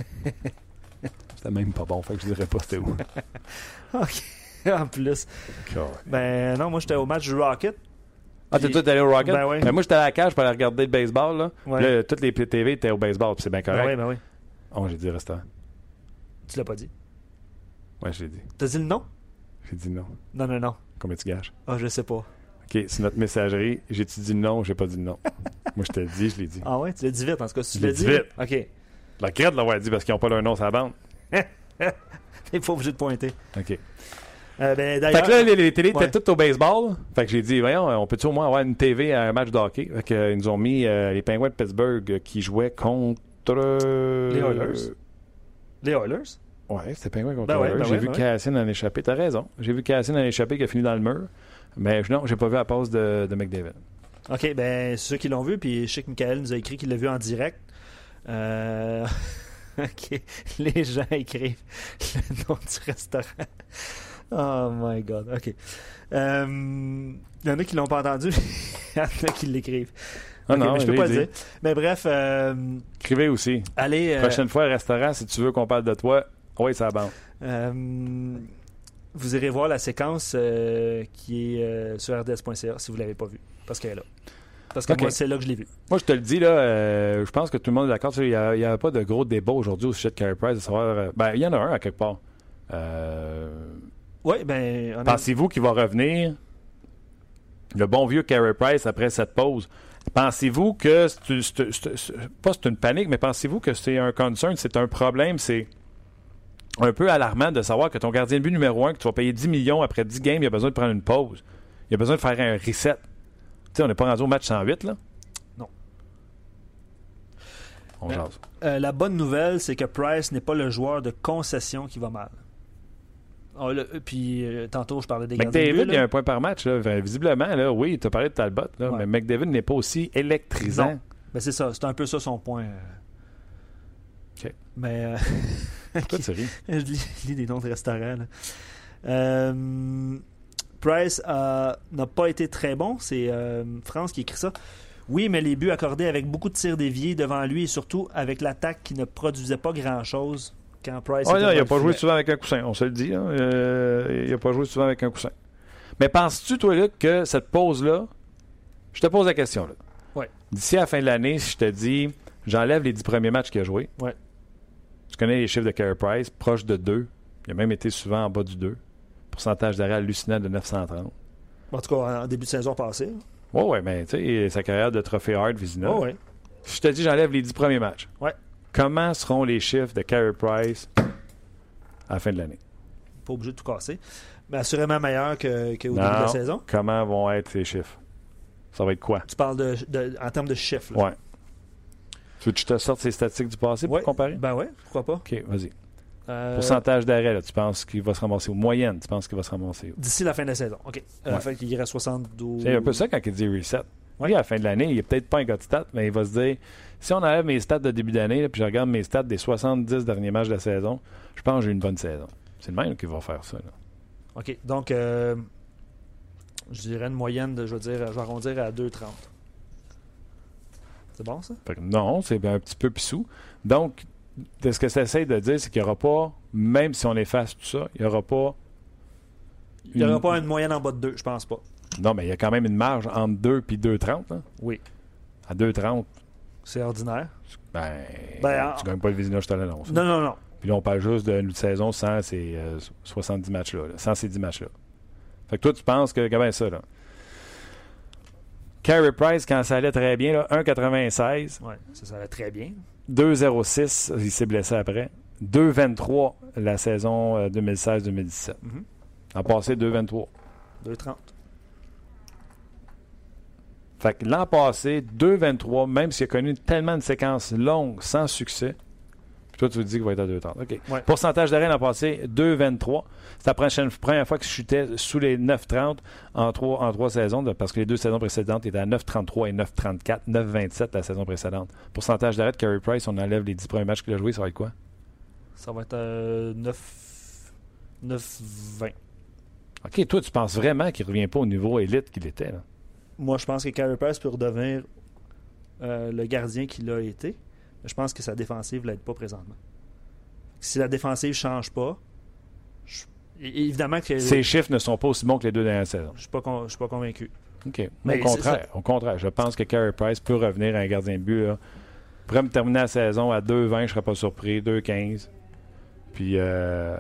C'était même pas bon, fait que je dirais pas c'était où. OK. En plus. Cool. Ben non, moi j'étais au match du Rocket. Ah, t'es tout allé au Rocket? Ben oui. Ben, moi j'étais à la cage pour aller regarder le baseball. Là, ouais. Là toutes les T V étaient au baseball, puis c'est bien correct. Ben oui, ben oui. Oh, j'ai dit restaurant. Tu l'as pas dit? Ouais, j'ai dit. T'as dit le nom? J'ai dit non. Non, non, non. Combien tu gages? Ah, oh, je sais pas. OK, c'est notre messagerie. J'ai-tu dit non? J'ai pas dit non. Moi, je te l'ai dit, je l'ai dit. Ah ouais, tu l'as dit vite. En tout cas, si tu l'as dit vite. OK. La crête de l'avoir dit parce qu'ils n'ont pas leur nom sur la bande. Il faut obligé de pointer. OK. Euh, ben, d'ailleurs, fait que là, les, les télés ouais. étaient toutes au baseball. Fait que j'ai dit, voyons, on peut-tu au moins avoir une T V à un match de hockey? Fait que, euh, ils nous ont mis euh, les Penguins de Pittsburgh euh, qui jouaient contre... Euh, les Oilers. Les Oilers? Ouais, c'était Penguins contre ben les ouais, Oilers. Ben j'ai ouais, vu ben Cassian en échapper. T'as raison. J'ai vu Cassian en échapper qui a fini dans le mur. Mais non, j'ai pas vu la passe de, de McDavid. OK, ben, c'est ceux qui l'ont vu. Puis je sais que Michael nous a écrit qu'il l'a vu en direct. Euh... OK. Les gens écrivent le nom du restaurant. Oh my God. OK. Euh, il y en a qui l'ont pas entendu. Il y en a qui l'écrivent. Ah okay, non, mais je peux pas dit. le dire. Mais bref. Euh, Écrivez aussi. Allez. Euh, Prochaine fois, restaurant, si tu veux qu'on parle de toi, oui, ça bande. Euh, vous irez voir la séquence euh, qui est euh, sur R D S point C A si vous l'avez pas vue. Parce qu'elle est là. Parce que okay. moi, c'est là que je l'ai vu. Moi, je te le dis, là, euh, je pense que tout le monde est d'accord. Il n'y a, a pas de gros débat aujourd'hui au sujet de Carey Price. De savoir, euh, ben, il y en a un à quelque part. Euh, oui, ben... On pensez-vous qu'il va revenir, le bon vieux Carey Price, après cette pause? Pensez-vous que, c'est, c'est, c'est, c'est, pas c'est une panique, mais pensez-vous que c'est un concern, c'est un problème, c'est un peu alarmant de savoir que ton gardien de but numéro un, que tu vas payer dix millions après dix games, il a besoin de prendre une pause. Il a besoin de faire un reset. Tu sais, on n'est pas rendu au match cent huit, là? Non. on Ben, jase. Euh, la bonne nouvelle, c'est que Price n'est pas le joueur de concession qui va mal. Oh, là, puis euh, tantôt, je parlais des gardiens de but, McDavid, il y a là. un point par match. Là. Visiblement, là, oui, tu as parlé de Talbot, là, Ouais. mais McDavid n'est pas aussi électrisant. Non. Ben, c'est ça, c'est un peu ça son point. OK. Mais euh, Pourquoi tu ris? je lis, je lis des noms de restaurants. Là. Euh, Price euh, n'a pas été très bon. C'est euh, France qui écrit ça. Oui, mais les buts accordés avec beaucoup de tirs déviés devant lui et surtout avec l'attaque qui ne produisait pas grand-chose quand Price Oh, était non, il n'a dans pas le joué filet. souvent avec un coussin, on se le dit. Hein. Euh, il n'a pas joué souvent avec un coussin. Mais penses-tu, toi, Luc, que cette pause-là, je te pose la question, là. Ouais. D'ici à la fin de l'année, si je te dis, j'enlève les dix premiers matchs qu'il a joués. Ouais. Tu connais les chiffres de Carey Price, proche de deux. Il a même été souvent en bas du deux. Pourcentage d'arrêt hallucinant de neuf cent trente. En tout cas, en début de saison passée. Oui, oui, mais tu sais, sa carrière de trophée Hart, Vizina. Oh, ouais. Si je te dis, j'enlève les dix premiers matchs. Ouais. Comment seront les chiffres de Carey Price à la fin de l'année? Pas obligé de tout casser. Mais assurément meilleur que, qu'au Non. début de la saison. Comment vont être ces chiffres? Ça va être quoi? Tu parles de, de- en termes de chiffres. là. Ouais. Tu veux que je te sorte ces statistiques du passé pour Ouais. comparer? Ben ouais, pourquoi pas. OK, vas-y. Euh, Pourcentage d'arrêt, là, tu penses qu'il va se ramasser où? Moyenne, tu penses qu'il va se ramasser où? D'ici la fin de la saison. OK. Euh, Ouais. Fait qu'il reste soixante-douze. C'est un peu ça quand il dit reset. Ouais. Lui, à la fin de l'année, il n'est peut-être pas un gars de stats, mais il va se dire, si on enlève mes stats de début d'année, là, puis je regarde mes stats des soixante-dix derniers matchs de la saison, je pense que j'ai une bonne saison. C'est le même qui va faire ça. Là. OK. Donc, euh, je dirais une moyenne de, je veux dire, je vais arrondir à deux virgule trente. C'est bon, ça? Fait que non, c'est un petit peu pissou. Donc, de ce que ça essaie de dire, c'est qu'il n'y aura pas, même si on efface tout ça, il n'y aura pas... Il n'y aura une- pas une moyenne en bas de deux, je pense pas. Non, mais il y a quand même une marge entre deux et deux virgule trente. Hein? Oui. À deux virgule trente, C'est ordinaire. ben, Ben, tu gagnes pas le Vizina, je te l'annonce. Non, non, non. Puis là, on parle juste d'une saison sans ces euh, soixante-dix matchs-là, là, sans ces dix matchs-là. Fait que toi, tu penses que, regarde bien ça, là. Carey Price, quand ça allait très bien, là, un virgule quatre-vingt-seize, Ouais, ça, ça va très bien. deux virgule zéro six, il s'est blessé après, deux virgule vingt-trois la saison euh, deux mille seize deux mille dix-sept. Mhm. En passé, deux virgule vingt-trois. deux virgule trente. Fait que l'an passé, deux virgule vingt-trois, même s'il a connu tellement de séquences longues sans succès, puis toi, tu te dis qu'il va être à deux virgule trente. OK. Ouais. Pourcentage d'arrêt l'an passé, deux virgule vingt-trois. C'est la prochaine, première fois qu'il chutait sous les neuf virgule trente en trois, en trois saisons, parce que les deux saisons précédentes étaient à neuf virgule trente-trois et neuf virgule trente-quatre, neuf virgule vingt-sept la saison précédente. Pourcentage d'arrêt de Carey Price, on enlève les dix premiers matchs qu'il a joués, ça va être quoi? Ça va être euh, neuf vingt. OK, toi, tu penses vraiment qu'il ne revient pas au niveau élite qu'il était, là? Moi, je pense que Carey Price peut redevenir euh, le gardien qu'il a été. Mais je pense que sa défensive ne l'aide pas présentement. Si la défensive ne change pas, je- é- évidemment que Ses chiffres ne sont pas aussi bons que les deux dernières saisons. je ne suis pas con- je suis pas convaincu. OK. Mais au c'est contraire, au contraire, je pense que Carey Price peut revenir à un gardien de but. Là. Il pourrait me terminer la saison à deux vingt, je ne serais pas surpris, deux quinze. Puis, euh...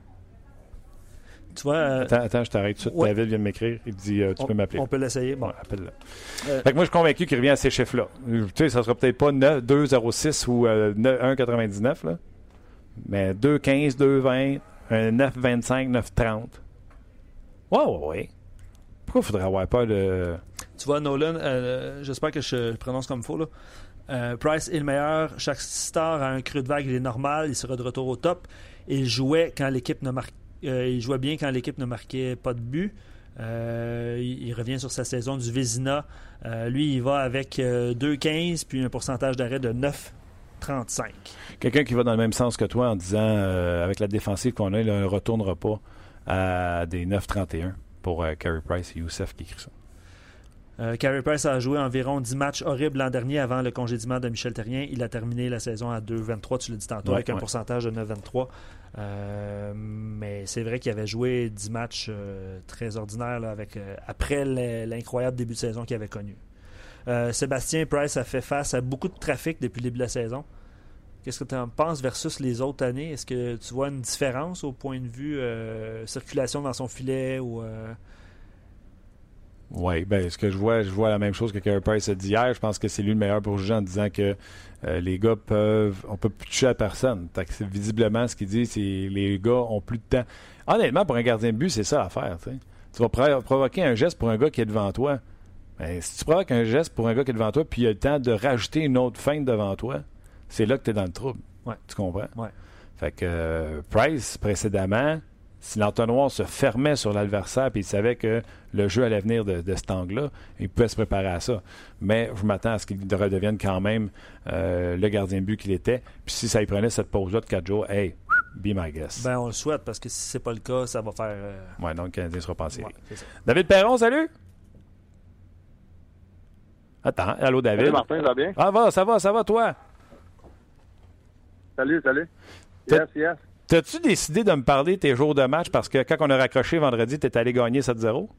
Tu vois, euh, attends, attends, je t'arrête tout de suite. ouais. David vient de m'écrire. Il dit euh, Tu on, peux m'appeler. on peut l'essayer. Bon. Ouais, appelle-le. Euh, Fait que moi, je suis convaincu qu'il revient à ces chiffres-là. Tu sais, ça sera peut-être pas neuf- deux virgule zéro six ou euh, un virgule quatre-vingt-dix-neuf, là. Mais deux quinze, deux vingt, un neuf vingt-cinq, neuf trente. Ouais, ouais, ouais. Pourquoi il faudrait avoir peur de. Tu vois, Nolan, euh, j'espère que je le prononce comme il faut. Là. Euh, Price est le meilleur. Chaque star a un creux de vague, il est normal. Il sera de retour au top. Il jouait quand l'équipe ne marquait. Euh, il jouait bien quand l'équipe ne marquait pas de but. Euh, il, il revient sur sa saison du Vézina. Euh, lui, il va avec euh, deux quinze puis un pourcentage d'arrêt de neuf trente-cinq. Quelqu'un qui va dans le même sens que toi en disant euh, avec la défensive qu'on a, il ne retournera pas à des neuf trente et un pour euh, Carey Price et Youssef qui écrit ça. Euh, Carey Price a joué environ dix matchs horribles l'an dernier avant le congédiement de Michel Therrien. Il a terminé la saison à deux virgule vingt-trois, tu l'as dit tantôt, Ouais, avec un ouais. pourcentage de neuf virgule vingt-trois. Euh, mais c'est vrai qu'il avait joué dix matchs euh, très ordinaires là, avec, euh, après l'incroyable début de saison qu'il avait connu. Euh, Sébastien Price a fait face à beaucoup de trafic depuis le début de la saison. Qu'est-ce que tu en penses versus les autres années? Est-ce que tu vois une différence au point de vue euh, circulation dans son filet ou... Euh... Oui, ben ce que je vois, je vois la même chose que Carey Price a dit hier. Je pense que c'est lui le meilleur pour juger en disant que euh, les gars peuvent. On peut plus toucher à personne. Fait que c'est visiblement ce qu'il dit, c'est les gars ont plus de temps. Honnêtement, pour un gardien de but, c'est ça à faire. T'sais. Tu vas pro- provoquer un geste pour un gars qui est devant toi. Ben, si tu provoques un geste pour un gars qui est devant toi, puis il a le temps de rajouter une autre feinte devant toi, c'est là que tu es dans le trouble. Ouais. Tu comprends? Ouais. Fait que euh, Price, précédemment, si l'entonnoir se fermait sur l'adversaire puis il savait que le jeu allait venir de, de cet angle-là, il pouvait se préparer à ça. Mais je m'attends à ce qu'il redevienne quand même euh, le gardien de but qu'il était. Puis si ça y prenait cette pause-là de quatre jours, hey, be my guest. Ben, on le souhaite parce que si c'est pas le cas, ça va faire. Euh... Ouais, donc le Canadien sera pas en série. Ouais, c'est ça. David Perron, salut! Attends, allô David. Salut Martin, ça va bien? Ah, va, ça va, ça va, toi? Salut, salut. T'as- Yes, yes. T'as-tu décidé de me parler de tes jours de match parce que quand on a raccroché vendredi, t'es allé gagner sept zéro?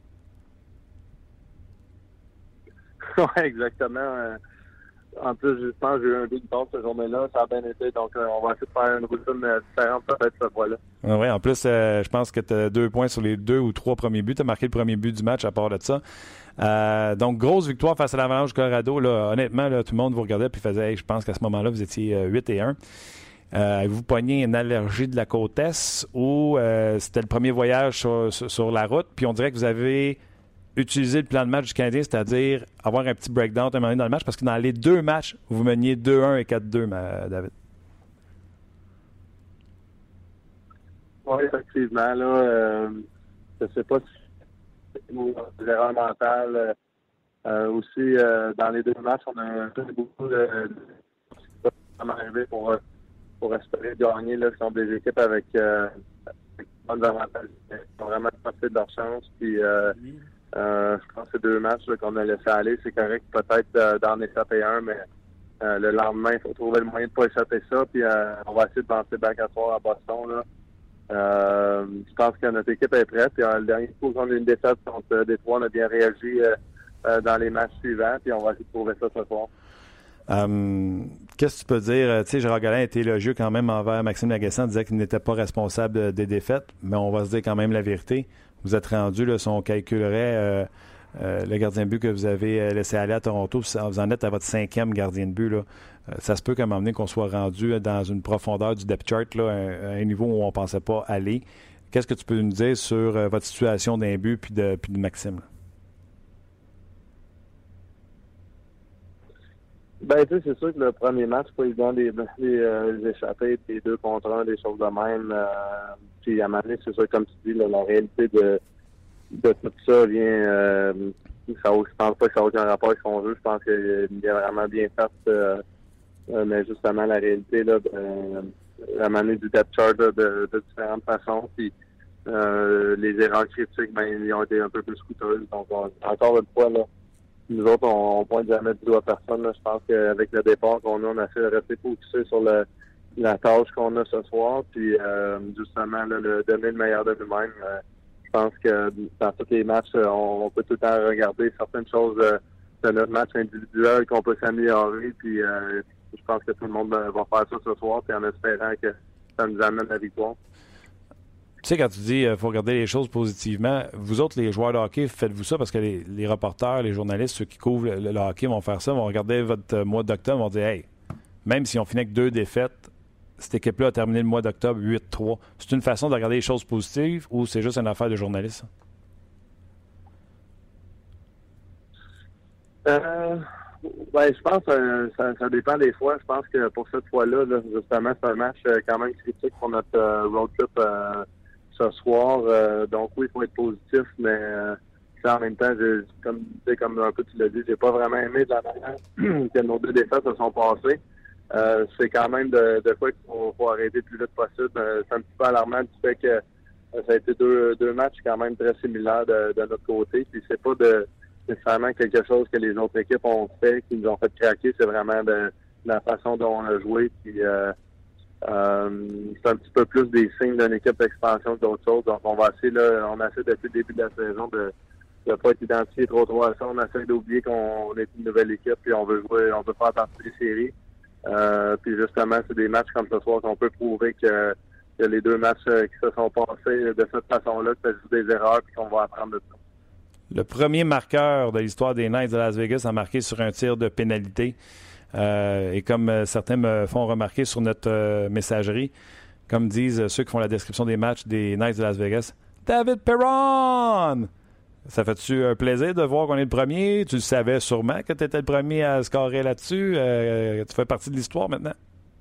Oui, exactement. Euh, En plus, justement, j'ai eu un big temps cette journée-là. Ça a bien été. Donc, euh, on va essayer de faire une routine euh, différente peut-être cette fois-là. Ah oui, en plus, euh, je pense que tu as deux points sur les deux ou trois premiers buts. Tu as marqué le premier but du match à part de ça. Euh, donc, grosse victoire face à l'Avalanche du Colorado. Là, honnêtement, là, tout le monde vous regardait et faisait hey, je pense qu'à ce moment-là, vous étiez euh, huit et un. Euh, avez-vous pogné une allergie de la côte Est ou euh, c'était le premier voyage sur, sur, sur la route? Puis on dirait que vous avez utilisé le plan de match du Canadien, c'est-à-dire avoir un petit breakdown à un moment donné dans le match, parce que dans les deux matchs, vous meniez deux un et quatre deux, ma, David. Oui, effectivement. Là, euh, je ne sais pas si c'est une erreur mentale. Euh, euh, aussi, euh, dans les deux matchs, on a un peu beaucoup de de arrivé pour, pour espérer gagner. Là, ce sont des équipes avec euh, bonnes avantages. Ils ont vraiment profité de leur chance. Puis, euh, euh, je pense que ces deux matchs là, qu'on a laissé aller, c'est correct peut-être euh, d'en échapper un, mais euh, le lendemain, il faut trouver le moyen de ne pas échapper ça. Puis, euh, on va essayer de lancer back à soir à Boston. Là. Euh, je pense que notre équipe est prête. Puis, euh, le dernier coup, on a eu une défaite contre euh, Détroit. On a bien réagi euh, euh, dans les matchs suivants. Puis, on va essayer de trouver ça ce soir. Um, qu'est-ce que tu peux dire? Tu sais, Gérard Gallin a été élogieux quand même envers Maxime Lagassan, disait qu'il n'était pas responsable des défaites, mais on va se dire quand même la vérité. Vous êtes rendu, là, si on calculerait euh, euh, le gardien de but que vous avez laissé aller à Toronto, vous en êtes à votre cinquième gardien de but. Là. Euh, ça se peut qu'à un moment donné qu'on soit rendu dans une profondeur du depth chart, là, à un niveau où on ne pensait pas aller. Qu'est-ce que tu peux nous dire sur euh, votre situation d'un but puis de, puis de Maxime? Là? Ben, tu sais, c'est sûr que le premier match, pas évident des, des, euh, les échappées, des deux contre un, des choses de même. Euh, puis à un moment donné, c'est sûr, comme tu dis, là, la réalité de, de tout ça vient. Euh, ça, je pense pas que ça n'a aucun rapport avec ce qu'on veut. Je pense qu'il est vraiment bien fait. Euh, euh, mais justement, la réalité là, de, à un moment donné, du depth chart là, de, de différentes façons. Puis euh, les erreurs critiques, ben, ils ont été un peu plus coûteuses. Donc, on, encore une fois, là. Nous autres, on ne pointe jamais du doigt à personne. Là. Je pense qu'avec le départ qu'on a, on a fait rester focusé sur le, la tâche qu'on a ce soir. Puis, euh, justement, là, le donner le meilleur de nous-mêmes. Euh, je pense que dans tous les matchs, on, on peut tout le temps regarder certaines choses euh, de notre match individuel qu'on peut s'améliorer. Puis, euh, je pense que tout le monde va faire ça ce soir. Puis, en espérant que ça nous amène la victoire. Tu sais, quand tu dis qu'il euh, faut regarder les choses positivement, vous autres, les joueurs de hockey, faites-vous ça parce que les, les reporters, les journalistes, ceux qui couvrent le, le hockey vont faire ça, vont regarder votre euh, mois d'octobre, vont dire « Hey, même si on finit avec deux défaites, cette équipe-là a terminé le mois d'octobre huit trois. » C'est une façon de regarder les choses positives ou c'est juste une affaire de journaliste? Euh, ben, je pense que euh, ça, ça dépend des fois. Je pense que pour cette fois-là, là, justement, c'est un match euh, quand même critique pour notre euh, road trip euh, ce soir. Euh, donc oui, il faut être positif, mais euh, en même temps, je, comme, comme un peu tu l'as dit, j'ai pas vraiment aimé de la manière que nos deux défaites se sont passées. Euh, c'est quand même de, de quoi qu'il faut, faut arrêter le plus vite possible. Euh, c'est un petit peu alarmant du fait que euh, ça a été deux, deux matchs quand même très similaires de, de notre côté. Puis c'est pas de nécessairement quelque chose que les autres équipes ont fait, qui nous ont fait craquer. C'est vraiment de, de la façon dont on a joué. Puis euh, Euh, c'est un petit peu plus des signes d'une équipe d'expansion que d'autres choses. Donc, on va essayer, là, on essaie depuis le début de la saison de ne pas être identifié trop trop à ça. On essaie d'oublier qu'on est une nouvelle équipe et on veut jouer, on veut faire partie des séries. Euh, puis justement, c'est des matchs comme ce soir qu'on peut prouver que, que les deux matchs qui se sont passés de cette façon-là, que c'est juste des erreurs et qu'on va apprendre de ça. Le premier marqueur de l'histoire des Knights de Las Vegas a marqué sur un tir de pénalité. Euh, et comme euh, certains me font remarquer sur notre euh, messagerie, comme disent euh, ceux qui font la description des matchs des Knights de Las Vegas, David Perron! Ça fait-tu un plaisir de voir qu'on est le premier? Tu le savais sûrement que tu étais le premier à scorer là-dessus. Euh, tu fais partie de l'histoire maintenant?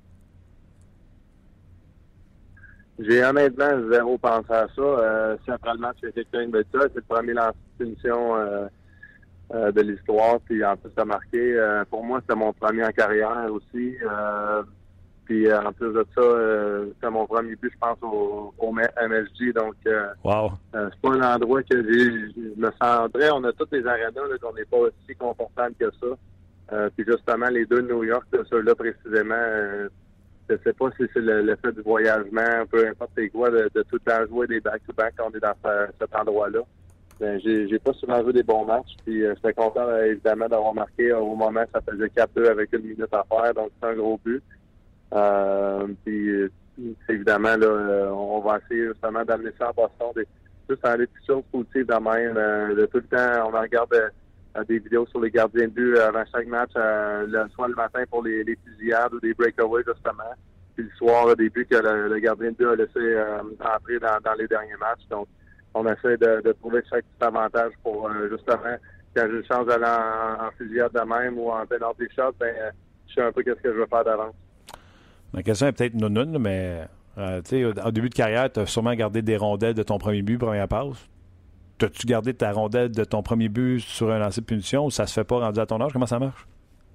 J'ai honnêtement zéro pensé à ça. Euh, si après le match, il y a quelqu'un de ça, c'est le premier lancé de punition euh, euh, de l'histoire. Puis en plus, ça a marqué. Euh, pour moi, c'était mon premier en carrière aussi. Euh, puis euh, en plus de ça, euh, c'était mon premier but, je pense, au, au M S G. Donc, euh, wow. euh, c'est pas un endroit que j'ai, je me sentirais. On a toutes les arénas là, qu'on n'est pas aussi confortable que ça. Euh, puis justement, les deux de New York, ceux-là précisément... Euh, je sais pas si c'est le, le fait du voyagement, peu importe c'est quoi, de, de tout le temps jouer des back-to-back quand on est dans ce, cet endroit-là. Ben, j'ai, j'ai pas souvent joué des bons matchs, puis euh, j'étais content euh, évidemment d'avoir marqué. Au moment, ça faisait quatre deux avec une minute à faire, donc c'est un gros but. Euh, puis euh, évidemment, là, euh, on va essayer justement d'amener ça en Boston. Des, juste dans les petites choses positives de même. Euh, de tout le temps, on en regarde euh, des vidéos sur les gardiens de but avant chaque match, euh, le, soit le matin pour les, les fusillades ou des breakaways, justement. Puis le soir, là, des buts que le, le gardien de but a laissé euh, entrer dans, dans les derniers matchs. Donc, on essaie de, de trouver chaque petit avantage pour, euh, justement, quand j'ai le chance d'aller en, en fusillade de même ou en penalty shot, ben, euh, je sais un peu qu'est-ce que je veux faire d'avance. Ma question est peut-être nounoune, mais euh, tu sais, au début de carrière, tu as sûrement gardé des rondelles de ton premier but, première passe. As-tu gardé ta rondelle de ton premier but sur un lancer de punition ou ça se fait pas rendu à ton âge? Comment ça marche?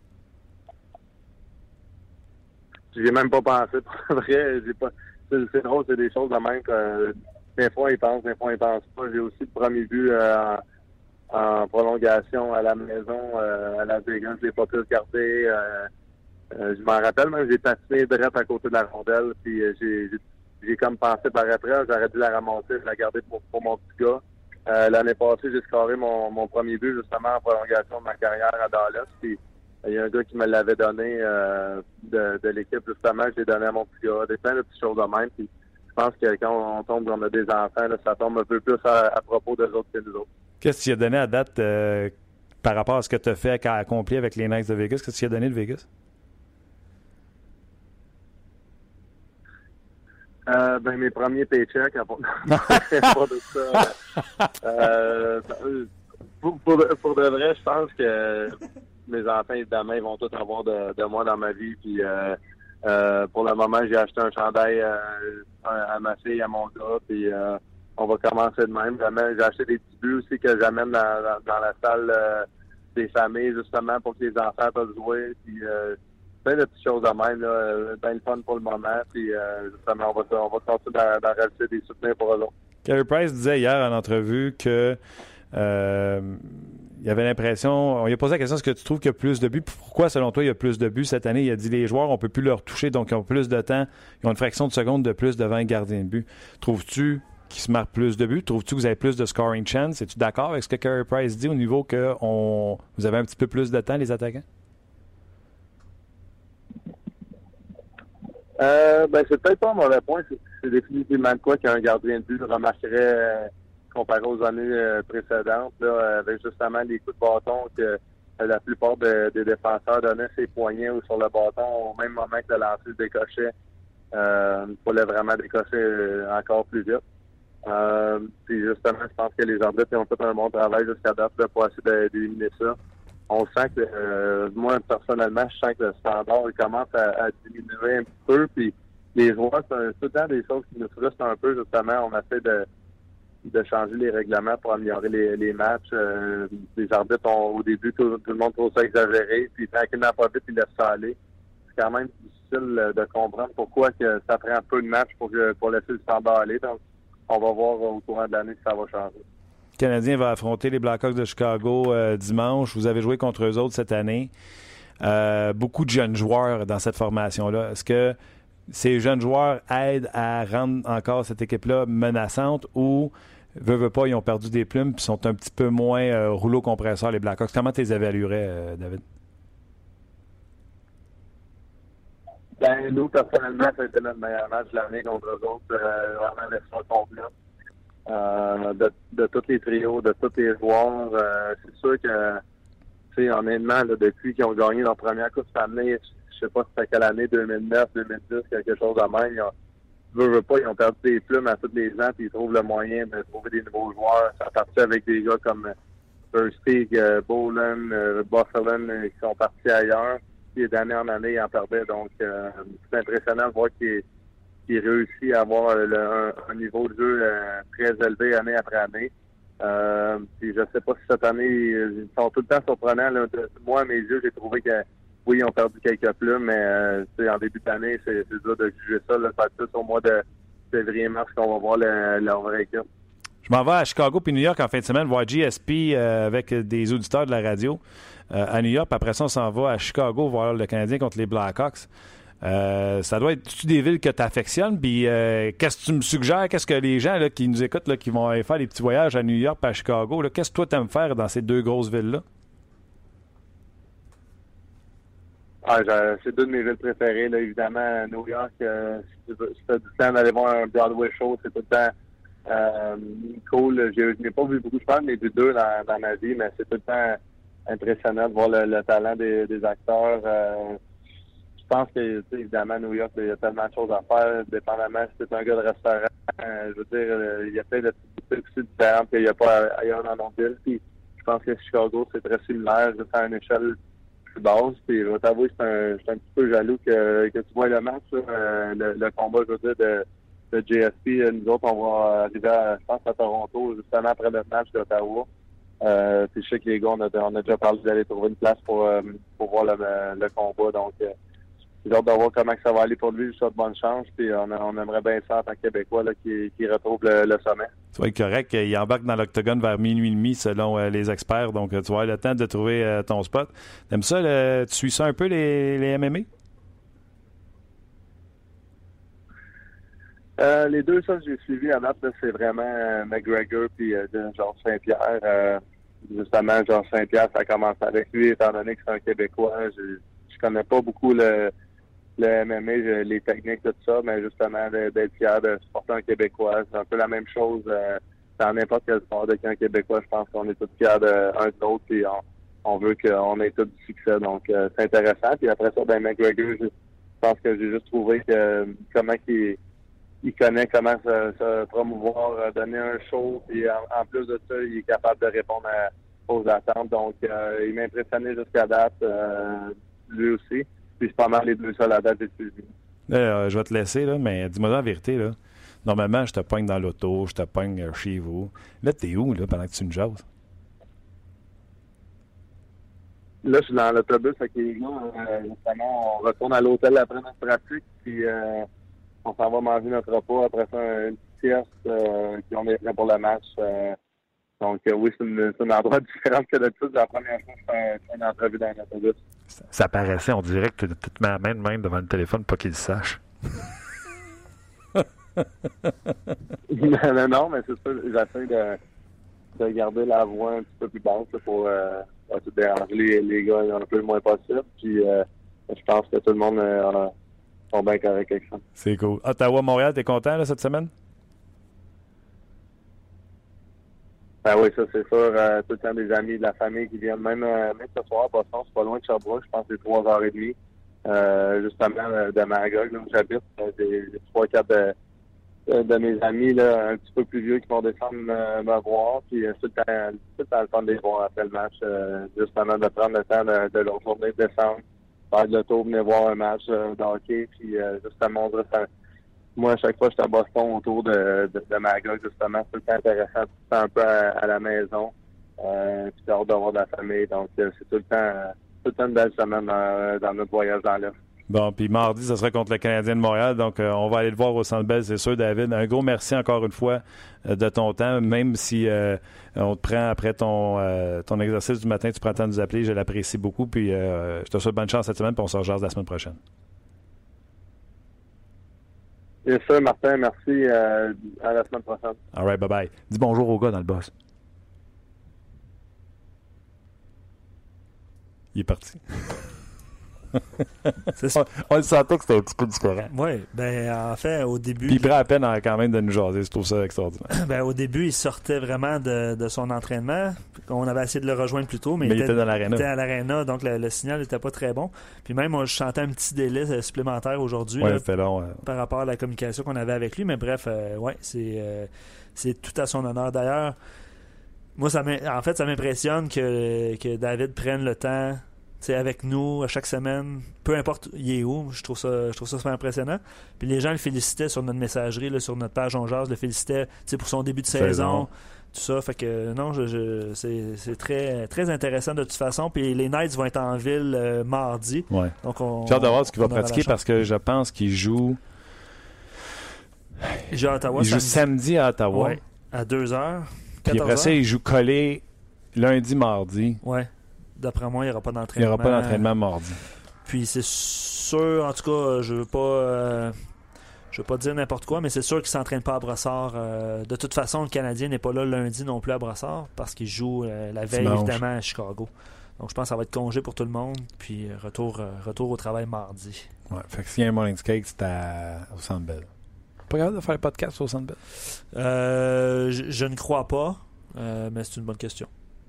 J'ai même pas pensé. Pour vrai, j'ai pas. C'est, c'est drôle, c'est des choses de même que euh, des fois ils pensent, des fois ils pensent pas. J'ai aussi le premier but euh, en, en prolongation à la maison, euh, à la Vegas, je l'ai pas pu regarder. Euh, euh, je m'en rappelle même, j'ai patiné direct à côté de la rondelle, puis euh, j'ai, j'ai, j'ai comme pensé par après, j'aurais dû la ramasser, je la garder pour, pour mon petit gars. Euh, l'année passée, j'ai scoré mon, mon premier but justement en prolongation de ma carrière à Dallas. Puis il y a un gars qui me l'avait donné euh, de, de l'équipe justement, je l'ai donné à mon petit gars. Des plein de petites choses de même. Puis je pense que quand on tombe, on a des enfants, là, ça tombe un peu plus à, à propos d'eux autres que nous autres. Qu'est-ce que tu as donné à date euh, par rapport à ce que tu as fait à accompli avec les Knights de Vegas? Qu'est-ce que tu as donné de Vegas? Euh, ben, mes premiers paychecks, à part de ça. Euh, pour, pour, pour de vrai, je pense que mes enfants, évidemment, ils vont tous avoir de, de moi dans ma vie. Puis, euh, euh, pour le moment, j'ai acheté un chandail euh, à ma fille, à mon gars. Puis, euh, on va commencer de même. J'ai acheté des petits buts aussi que j'amène dans, dans, dans la salle euh, des familles, justement, pour que les enfants peuvent jouer. Puis, euh, plein de petites choses de même, là, bien le fun pour le moment, puis euh, justement, on va, on va continuer d'en, d'en rajouter des souvenirs pour eux autres. Carey Price disait hier en entrevue que euh, il y avait l'impression, on lui a posé la question, est-ce que tu trouves qu'il y a plus de buts? Pourquoi, selon toi, il y a plus de buts cette année? Il a dit les joueurs, on ne peut plus leur toucher, donc ils ont plus de temps, ils ont une fraction de seconde de plus devant un gardien de but. Trouves-tu qu'ils se marquent plus de buts? Trouves-tu que vous avez plus de scoring chance? Es-tu d'accord avec ce que Carey Price dit au niveau que on, vous avez un petit peu plus de temps, les attaquants? Euh, ben, c'est peut-être pas un mauvais point. C'est, c'est définitivement de quoi qu'un gardien de but remarquerait euh, comparé aux années euh, précédentes, là, avec justement les coups de bâton que euh, la plupart de, des défenseurs donnaient ses poignets ou sur le bâton au même moment que le lancer se décochait. Euh, il fallait vraiment décocher euh, encore plus vite. Euh, puis justement, je pense que les arbitres ont fait un bon travail jusqu'à date là, pour essayer de, d'éliminer ça. On sent que, euh, moi, personnellement, je sens que le standard il commence à, à diminuer un petit peu. Puis les joueurs, c'est tout le temps des choses qui nous frustrent un peu, justement. On essaie de, de changer les règlements pour améliorer les, les matchs. Euh, les arbitres, ont, au début, tout, tout le monde trouve ça exagéré. Puis tranquillement, pas vite, ils laissent ça aller. C'est quand même difficile de comprendre pourquoi que ça prend un peu de match pour, que, pour laisser le standard aller. Donc, on va voir au courant de l'année si ça va changer. Le Canadien va affronter les Blackhawks de Chicago euh, dimanche. Vous avez joué contre eux autres cette année. Euh, beaucoup de jeunes joueurs dans cette formation-là. Est-ce que ces jeunes joueurs aident à rendre encore cette équipe-là menaçante ou, veut, veut pas, ils ont perdu des plumes et sont un petit peu moins euh, rouleau compresseur, les Blackhawks? Comment tu les évaluerais, euh, David? Ben, nous, personnellement, ça a été notre meilleur match de l'année contre eux autres. Euh, vraiment, l'effort complet. Euh, de, de tous les trios, de tous les joueurs. Euh, c'est sûr que, tu sais, honnêtement, là, depuis qu'ils ont gagné leur première Coupe Stanley, je sais pas si c'était quelle année, deux mille neuf, deux mille dix, quelque chose de même, ils ont, veux, veux pas, ils ont perdu des plumes à tous les ans, puis ils trouvent le moyen de trouver des nouveaux joueurs. Ça a parti avec des gars comme Versteeg, euh, Boland, euh, Buffalo, euh, qui sont partis ailleurs. Puis d'année en année, ils en perdaient. Donc, euh, c'est impressionnant de voir qu'ils qu'il réussit à avoir le, un, un niveau de jeu euh, très élevé année après année. Euh, puis je sais pas si cette année, ils sont tout le temps surprenants. Là. De, moi, à mes yeux, j'ai trouvé que oui, ils ont perdu quelques plumes, mais euh, en début d'année, c'est, c'est dur de juger ça. Là. Ça va être plus au mois de février-mars qu'on va voir le, leur vraie équipe. Je m'en vais à Chicago puis New York en fin de semaine voir G S P euh, avec des auditeurs de la radio euh, à New York. Puis après ça, on s'en va à Chicago voir le Canadien contre les Blackhawks. Euh, ça doit être des villes que tu affectionnes. Puis euh, qu'est-ce que tu me suggères? Qu'est-ce que les gens là, qui nous écoutent, là, qui vont aller faire des petits voyages à New York et à Chicago, là, qu'est-ce que toi tu aimes faire dans ces deux grosses villes-là? Ah, c'est deux de mes villes préférées, là, évidemment. New York, euh, si tu as du temps d'aller voir un Broadway show, c'est tout le temps euh, cool. Je n'ai pas vu beaucoup, je pense, mais vu deux dans, dans ma vie, mais c'est tout le temps impressionnant de voir le, le talent des, des acteurs. Euh, je pense que, évidemment, New York, il y a tellement de choses à faire, dépendamment si c'est un gars de restaurant. Euh, je veux dire, il y a plein de petites boutiques aussi différentes qu'il n'y a pas ailleurs dans notre ville. Puis, je pense que Chicago, c'est très similaire, juste à une échelle plus basse. Puis, je vais t'avouer, c'est un, je suis un petit peu jaloux que, que tu vois le match, là, le, le combat, je veux dire, de, de G S P. Nous autres, on va arriver, à, je pense, à Toronto, justement après le match d'Ottawa. Euh, puis, je sais que les gars, on a, on a déjà parlé d'aller trouver une place pour, euh, pour voir le, le combat. Donc, euh, j'ai hâte de voir comment ça va aller pour lui. Je souhaite bonne chance. Puis on, on aimerait bien ça en tant que Québécois là, qui, qui retrouve le, le sommet. Tu vas être correct. Il embarque dans l'octogone vers minuit et demi selon euh, les experts. Donc, tu vas avoir le temps de trouver euh, ton spot. T'aimes ça? Le, tu suis ça un peu, les, les M M A? Euh, les deux choses que j'ai suivies à date, là, c'est vraiment euh, McGregor puis euh, Georges Saint-Pierre. Euh, justement, Georges Saint-Pierre, ça a commencé avec lui, étant donné que c'est un Québécois. Je, je connais pas beaucoup le... le M M A, les techniques, tout ça, mais justement, d'être fier de supporter un Québécois, c'est un peu la même chose euh, dans n'importe quel sport de qu'un Québécois. Je pense qu'on est tous fiers d'un de, de l'autre, puis on, on veut qu'on ait tout du succès. Donc, euh, c'est intéressant. Puis après ça, ben McGregor, je pense que j'ai juste trouvé que comment qu'il il connaît comment se, se promouvoir, donner un show, puis en, en plus de ça, il est capable de répondre à, aux attentes. Donc, euh, il m'a impressionné jusqu'à date, euh, lui aussi. Puis c'est pas mal les deux seuls à date des suivis. Euh, je vais te laisser, là, mais dis-moi la vérité. Là. Normalement, je te pogne dans l'auto, je te pogne euh, chez vous. Là, t'es où là, pendant que tu me jases? Là, je suis dans l'autobus avec les gars. Euh, justement, on retourne à l'hôtel après notre pratique. Puis euh, on s'en va manger notre repas. Après ça, une petite sieste. Euh, puis on est prêt pour le match. Euh, donc euh, oui, c'est, une, c'est un endroit différent que d'habitude. La première fois, je fais une entrevue dans l'autobus. Ça, ça paraissait, on dirait que tu te mets la main de même devant le téléphone, pas qu'il le sache. non, non, non, mais c'est ça, j'essaie de, de garder la voix un petit peu plus basse là, pour euh, déranger les, les gars un peu le moins possible. Puis euh, je pense que tout le monde euh, sont bien corrects avec ça. C'est cool. Ottawa-Montréal, t'es content là, cette semaine? Ben oui, ça c'est sûr. Euh, tout le temps des amis, de la famille qui viennent. Même, euh, même ce soir, Boston, c'est pas loin de Sherbrooke. Je pense que c'est trois heures et demie. Euh, justement, de Magog, là où j'habite. Des trois, quatre de, de, de mes amis là, un petit peu plus vieux qui vont descendre me, me voir. Puis euh, tout le temps, tout le temps le temps de les voir après le match. Euh, justement, de prendre le temps de, de leur journée de descendre, faire le tour, venir voir un match euh, de hockey. Puis euh, justement, ça, moi, à chaque fois, je suis à Boston autour de, de, de Magog, justement. C'est tout le temps intéressant. Tout le temps un peu à, à la maison. Euh, puis hors d'avoir de la famille. Donc, euh, c'est tout le temps, tout le temps une belle semaine dans, dans notre voyage dans l'Est. Bon, puis mardi, ça sera contre le Canadien de Montréal. Donc, euh, on va aller le voir au Centre Bell, c'est sûr, David. Un gros merci encore une fois euh, de ton temps. Même si euh, on te prend après ton, euh, ton exercice du matin, tu prends le temps de nous appeler. Je l'apprécie beaucoup. Puis, euh, je te souhaite bonne chance cette semaine. Puis, on se rejase la semaine prochaine. Bien sûr, Martin. Merci. Euh, à la semaine prochaine. All right, bye-bye. Dis bonjour au gars dans le boss. Il est parti. C'est ça. On, on le sentait que c'était un petit peu différent. Oui, ben en fait, au début... Puis il prend la peine hein, quand même de nous jaser, je trouve ça extraordinaire. Ben, au début, il sortait vraiment de, de son entraînement. On avait essayé de le rejoindre plus tôt, mais, Mais il, il était, était dans l'aréna. il était à l'aréna, donc le, le signal n'était pas très bon. Puis même, on chantait un petit délai supplémentaire aujourd'hui Ouais, là, c'était long. Ouais. par rapport à la communication qu'on avait avec lui. Mais bref, euh, ouais, c'est, euh, c'est tout à son honneur. D'ailleurs, moi, ça en fait, ça m'impressionne que, que David prenne le temps... C'est avec nous à chaque semaine, peu importe il est où, je trouve ça, je trouve ça super impressionnant. Puis les gens le félicitaient sur notre messagerie, là, sur notre page On Jase, le félicitaient pour son début de saison, saison, tout ça. Fait que non, je, je, c'est, c'est très, très intéressant de toute façon. Puis les Knights vont être en ville euh, mardi. Ouais. Donc on, j'ai hâte de voir ce qu'il va on pratiquer parce que je pense qu'il joue. Il joue à Ottawa. Il joue samedi à Ottawa. Ouais, à deux heures. Puis après ça, il joue collé lundi, mardi. Ouais. D'après moi, il n'y aura pas d'entraînement. Il n'y aura pas d'entraînement mardi. Puis c'est sûr, en tout cas, je veux pas euh, je veux pas dire n'importe quoi, mais c'est sûr qu'il ne s'entraîne pas à Brossard. Euh, de toute façon, le Canadien n'est pas là lundi non plus à Brossard parce qu'il joue euh, la veille, Dimanche. Évidemment, à Chicago. Donc je pense que ça va être congé pour tout le monde. Puis retour, euh, retour au travail mardi. Ouais, fait que s'il y a un morning skate, c'est à... au Centre Bell. Pas grave de faire le podcast au Centre Bell? Euh, je, je ne crois pas, euh, mais c'est une bonne question.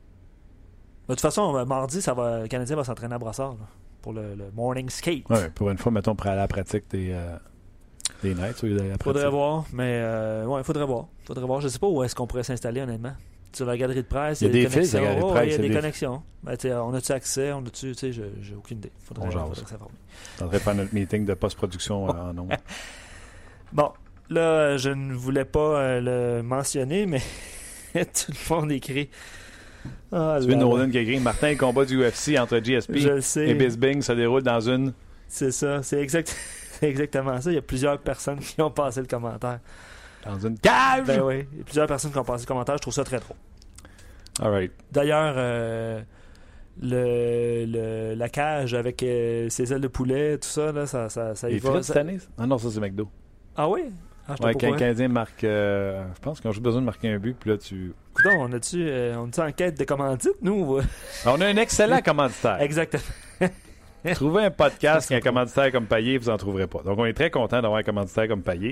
De toute façon, mardi, ça va, le Canadien va s'entraîner à Brossard là, pour le, le morning skate. Oui, pour une fois, mettons, pour aller à la pratique des, euh, des Knights. Il faudrait voir, mais euh, ouais, il faudrait voir. faudrait voir. Je ne sais pas où est-ce qu'on pourrait s'installer, honnêtement. Sur la galerie de presse, il y a des, des fils, il y a des, oh, presse, il y a des des connexions. Ben, on a-tu accès? On a-tu, tu sais, j'ai, j'ai aucune idée. Faudrait, on faudrait s'informer. On devrait faire notre meeting de post-production oh. en nombre. Bon, là, je ne voulais pas euh, le mentionner, mais tout le monde écrit... Ah, tu veux Nolan qui a écrit Martin, le combat du U F C entre G S P et Bisbing se déroule dans une. C'est ça, c'est, exact... c'est exactement ça. Il y a plusieurs personnes qui ont passé le commentaire. Dans une cage! Ben oui, il y a plusieurs personnes qui ont passé le commentaire. Je trouve ça très drôle. All right. D'ailleurs, euh, le, le, la cage avec euh, ses ailes de poulet, tout ça, là, ça, ça, ça y Les va. frites Ça... cette année? Ah non, ça c'est McDo. Ah oui? Ah, ouais, quand le Canadien marque. Euh, je pense qu'ils ont juste besoin de marquer un but, puis là tu. Écoute, on a-tu euh, on est en quête de commandite, nous? Ouais? On a un excellent commanditaire. Exactement. Trouvez un podcast qui a un commanditaire comme Payé, vous n'en trouverez pas. Donc on est très content d'avoir un commanditaire comme Payé.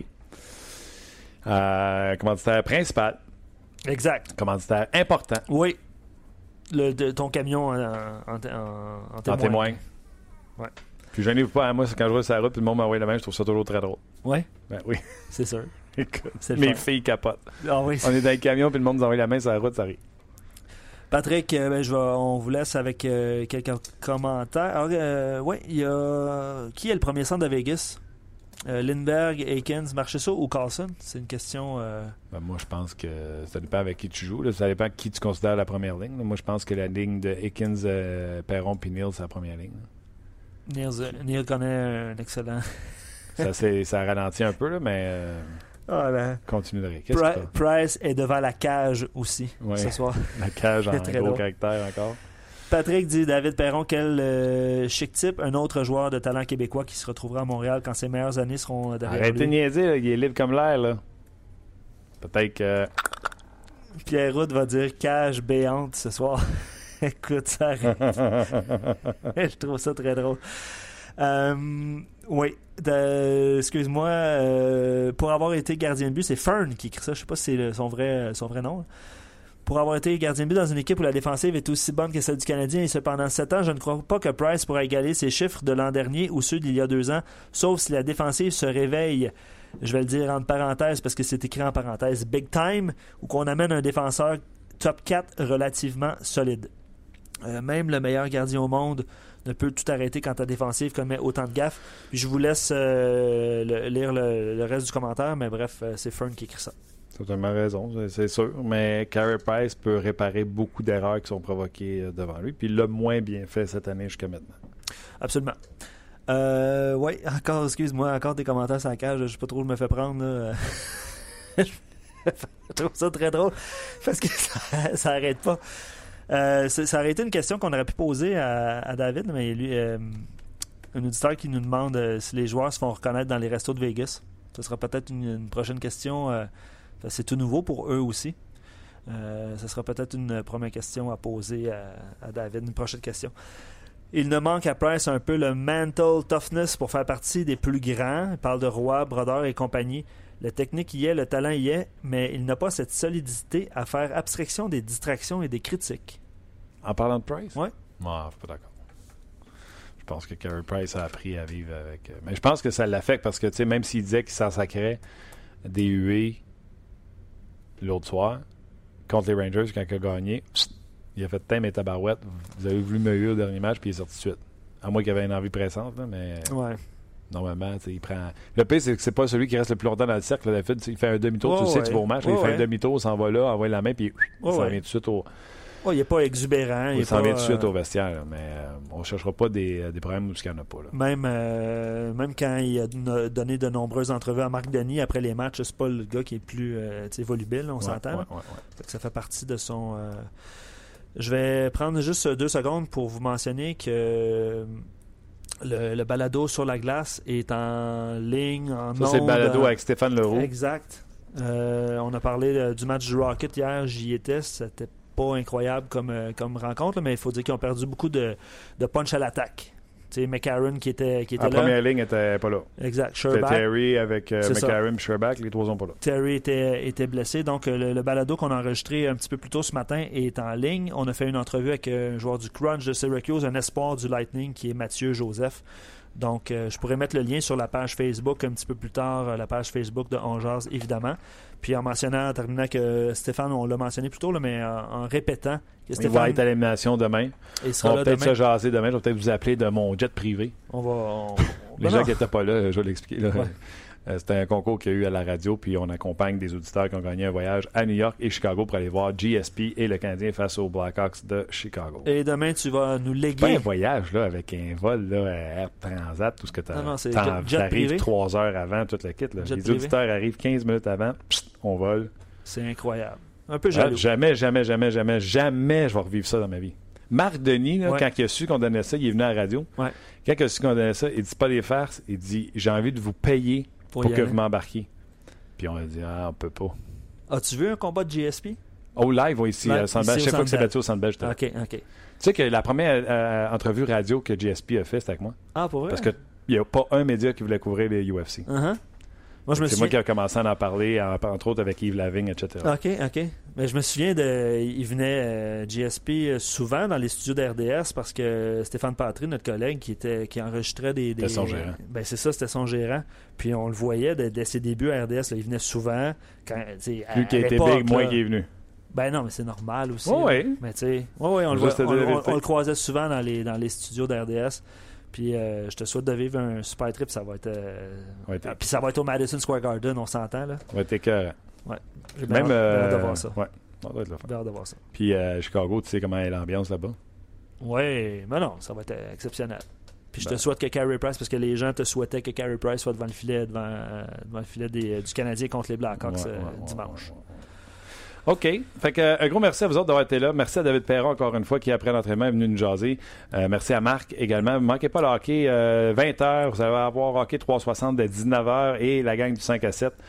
Euh, un commanditaire principal. Exact. Commanditaire important. Oui. Le, de, ton camion en, en, en, en témoin. En témoin. Ouais. Puis gênez-vous pas, hein, moi, c'est quand je vois sur la route, puis le monde m'envoie la main, je trouve ça toujours très drôle. Ouais. Ben oui. C'est sûr. Écoute, c'est mes fun. filles capotent. Ah oui, on est dans le camion, puis le monde nous envoie la main sur la route, ça arrive. Patrick, euh, ben, je vais, on vous laisse avec euh, quelques commentaires. Alors, euh, oui, il y a. Qui est le premier centre de Vegas? Euh, Lindbergh, Aikens, Marchessault ou Carlson? C'est une question... Euh... Ben, moi, je pense que ça dépend avec qui tu joues. Là. Ça dépend qui tu considères la première ligne. Là. Moi, je pense que la ligne de Aikens, euh, Perron puis Neal, c'est la première ligne. Neal, Neal connaît un excellent... ça, c'est, ça ralentit un peu, là, mais... Euh... Ah ben, continue de rire. Pri- Price est devant la cage aussi ouais, ce soir. La cage en gros drôle. Caractère encore. Patrick dit David Perron, quel euh, chic type, un autre joueur de talent québécois qui se retrouvera à Montréal quand ses meilleures années seront derrière Arrêtez lui. de niaiser, là, il est libre comme l'air. Là. Peut-être que. Pierre Roud va dire cage béante ce soir. Écoute, ça arrête. Je trouve ça très drôle. Euh, oui. De, excuse-moi, euh, pour avoir été gardien de but, c'est Fern qui écrit ça. Je sais pas si c'est le, son, vrai, son vrai nom. Là. Pour avoir été gardien de but dans une équipe où la défensive est aussi bonne que celle du Canadien et cependant sept ans, je ne crois pas que Price pourra égaler ses chiffres de l'an dernier ou ceux d'il y a deux ans, sauf si la défensive se réveille, je vais le dire entre parenthèses parce que c'est écrit en parenthèses, big time, ou qu'on amène un défenseur top quatre relativement solide. Euh, même le meilleur gardien au monde ne peut tout arrêter quand ta défensive commet autant de gaffes. Puis je vous laisse euh, le, lire le, le reste du commentaire, mais bref, euh, c'est Fern qui écrit ça. Tu as totalement raison, c'est sûr. Mais Carey Price peut réparer beaucoup d'erreurs qui sont provoquées devant lui. Puis il l'a moins bien fait cette année jusqu'à maintenant. Absolument. Euh, oui, encore, excuse-moi, encore des commentaires sur la cage. Je sais pas trop où je me fais prendre. Là. Je trouve ça très drôle parce que ça, ça arrête pas. Euh, ça aurait été une question qu'on aurait pu poser à, à David, mais lui, euh, un auditeur qui nous demande euh, si les joueurs se font reconnaître dans les restos de Vegas. Ce sera peut-être une, une prochaine question. Euh, c'est tout nouveau pour eux aussi. Euh, ce sera peut-être une première question à poser à, à David, une prochaine question. Il ne manque à Price un peu le mental toughness pour faire partie des plus grands. Il parle de Roy, Brodeur et compagnie. La technique y est, le talent y est, mais il n'a pas cette solidité à faire abstraction des distractions et des critiques. En parlant de Price? Oui. Non, je suis pas d'accord. Je pense que Carey Price a appris à vivre avec... Mais je pense que ça l'affecte parce que, tu sais, même s'il disait qu'il s'en sacrait des huées l'autre soir contre les Rangers quand il a gagné, pssst, il a fait « Tain, mes tabarouettes, vous avez voulu me huer au dernier match, puis il est sorti tout de suite. » À moins qu'il avait une envie pressante, là, mais... Ouais. Normalement, il prend... Le pire, c'est que c'est pas celui qui reste le plus longtemps dans le cercle. Là, il fait un demi-tour, oh, tu sais ouais. que tu vas au match. Oh, il fait ouais. un demi-tour, il s'en va là, envoie la main, puis oh, il s'en ouais. vient tout de suite au... Oh, il n'est pas exubérant. Il s'en pas, vient tout de suite euh... au vestiaire, là, mais euh, on ne cherchera pas des, des problèmes où il n'y en a pas. Là. Même, euh, même quand il a donné de nombreuses entrevues à Marc Denis après les matchs, c'est pas le gars qui est plus euh, volubile, on ouais, s'entend. Ouais, ouais, ouais. Ça fait partie de son... Euh... Je vais prendre juste deux secondes pour vous mentionner que le, le balado sur la glace est en ligne, en Ça, c'est le balado avec Stéphane Leroux. Exact. Euh, on a parlé euh, du match du Rocket hier, j'y étais, c'était pas incroyable comme, euh, comme rencontre, là, mais il faut dire qu'ils ont perdu beaucoup de, de punch à l'attaque. Tu sais, McCarron qui était, qui était La là. La première ligne n'était pas là. Exact. C'était Sherbach. Terry avec euh, McCarron et Sherbach, les trois sont pas là. Terry était, était blessé, donc le, le balado qu'on a enregistré un petit peu plus tôt ce matin est en ligne. On a fait une entrevue avec un joueur du Crunch de Syracuse, un espoir du Lightning qui est Mathieu Joseph. Donc, euh, je pourrais mettre le lien sur la page Facebook un petit peu plus tard, euh, la page Facebook de On Jase, évidemment. Puis en mentionnant, en terminant que Stéphane, on l'a mentionné plus tôt, là, mais en, en répétant que Stéphane... Il va être à l'élimination demain. Il sera on va là peut-être demain. se jaser demain. Je vais peut-être vous appeler de mon jet privé. On va... On... Les ben gens non. qui n'étaient pas là, je vais l'expliquer. Là. Ouais. Euh, C'était un concours qu'il y a eu à la radio, puis on accompagne des auditeurs qui ont gagné un voyage à New York et Chicago pour aller voir G S P et le Canadien face aux Blackhawks de Chicago. Et demain, tu vas nous léguer... Pas un voyage là, avec un vol là, Air Transat, tout ce que tu Non, non, c'est as. jet- jet T'arrives privé. trois heures avant, toute la kit. Là. Jet Les privé. auditeurs arrivent quinze minutes avant, pssst, on vole. C'est incroyable. Un peu Ah, jaloux. jamais, jamais, jamais, jamais, jamais je vais revivre ça dans ma vie. Marc Denis, là, Ouais. quand il a su qu'on donnait ça, il est venu à la radio. Ouais. Quand il a su qu'on donnait ça, il dit pas des farces, il dit j'ai envie de vous payer Pour pour, y que aller. vous m'embarquiez. Puis on a dit ah, on peut pas. As-tu vu un combat de G S P? Au live, ouais, ici, Live, à Centre Bell. ici, Chaque au fois que c'est Centre battu au Centre Bell, j'étais là. OK, OK. Tu sais que la première euh, entrevue radio que G S P a fait, c'était avec moi. Ah, pour vrai? Parce qu'il n'y a pas un média qui voulait couvrir les U F C. Uh-huh. Moi, je me C'est souviens... moi qui ai commencé à en parler, en- entre autres avec Yves Lavigne, et cetera. OK, OK. Mais je me souviens de. Il venait euh, G S P euh, souvent dans les studios d'R D S parce que Stéphane Patry, notre collègue, qui était qui enregistrait des. des C'était son gérant. Ben c'est ça, c'était son gérant. Puis on le voyait dès, dès ses débuts à R D S. Là, il venait souvent. Quand, tu sais, à- Lui qui à a été l'époque, big, moi là. qui est venu. Ben non, mais c'est normal aussi. Oh, là. ouais. Mais tu sais, ouais, ouais, on, le, Juste voit- à on, dire la on- vérité. on le croisait souvent dans les, dans les studios d'R D S. Puis euh, je te souhaite de vivre un super trip. Ça va être. euh, Ouais, t'es- ah, puis ça va être au Madison Square Garden, on s'entend, là. On va être écœurant. Ouais. J'ai bien Même. hâte- bien hâte de euh, voir ça. Ouais, ça doit être le fun. J'ai hâte de voir ça. Puis euh, Chicago, tu sais comment est l'ambiance là-bas? Oui, mais non, ça va être euh, exceptionnel. Puis je Ben. te souhaite que Carey Price, parce que les gens te souhaitaient que Carey Price soit devant le filet, devant, euh, devant le filet des- du Canadien contre les Blackhawks Ouais, euh, ouais, ouais, dimanche. ouais, ouais. OK. Fait que, euh, un gros merci à vous autres d'avoir été là. Merci à David Perron, encore une fois, qui, après l'entraînement, est venu nous jaser. Euh, merci à Marc également. Ne manquez pas le hockey, euh, vingt heures. Vous allez avoir hockey trois cent soixante de dix-neuf heures et la gang du cinq à sept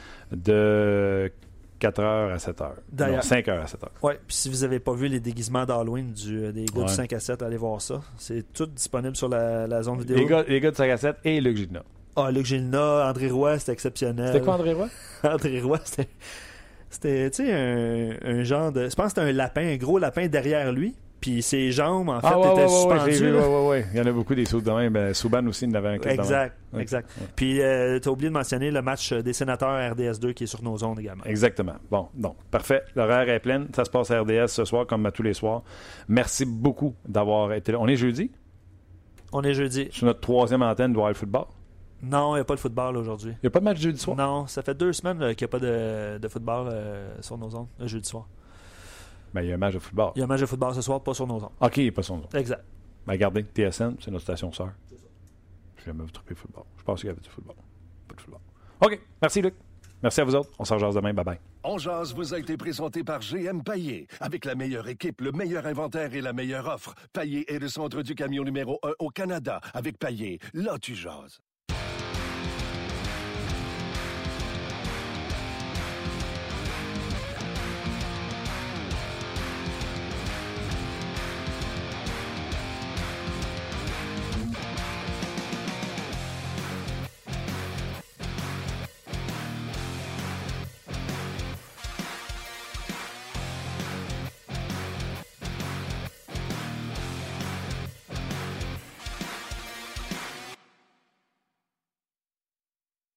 de quatre heures à sept heures. D'ailleurs- Non, cinq heures à sept heures. Oui, puis si vous n'avez pas vu les déguisements d'Halloween du, euh, des gars Ouais. du cinq à sept, allez voir ça. C'est tout disponible sur la, la zone vidéo. Les gars, les gars du cinq à sept et Luc Gilna. Ah, Luc Gilna, André Roy, c'était exceptionnel. C'était quoi, André Roy? André Roy, c'était... C'était, tu sais, un, un genre de... Je pense que c'était un lapin, un gros lapin derrière lui. Puis ses jambes, en fait, Ah, ouais, étaient ouais, ouais, ouais, suspendues. j'ai vu, là. ouais, ouais, ouais. Il y en a beaucoup des sauts de même. Ben, Souban aussi, il en avait un clip de même. Exact, Ouais. exact. Ouais. Puis euh, tu as oublié de mentionner le match des sénateurs R D S deux qui est sur nos ondes également. Exactement. Bon, donc, parfait. L'horaire est plein. Ça se passe à R D S ce soir, comme à tous les soirs. Merci beaucoup d'avoir été là. On est jeudi, On est jeudi. sur notre troisième antenne de voir le football. Non, il n'y a pas de football aujourd'hui. Il n'y a pas de match jeudi soir? Non, ça fait deux semaines là, qu'il n'y a pas de, de football euh, sur nos ondes, le jeudi soir. Ben, il y a un match de football. Il y a un match de football ce soir, pas sur nos ondes. OK, il n'y a pas son nom. Exact. Ben, regardez, T S N, c'est notre station sœur. Je vais jamais vous tromper football. Je pense qu'il y avait du football. Pas de football. OK, merci Luc. Merci à vous autres. On s'en jase demain. Bye-bye. On jase vous a été présenté par G M Paillé. Avec la meilleure équipe, le meilleur inventaire et la meilleure offre. Paillé est le centre du camion numéro un au Canada. Avec Paillé, là tu jases.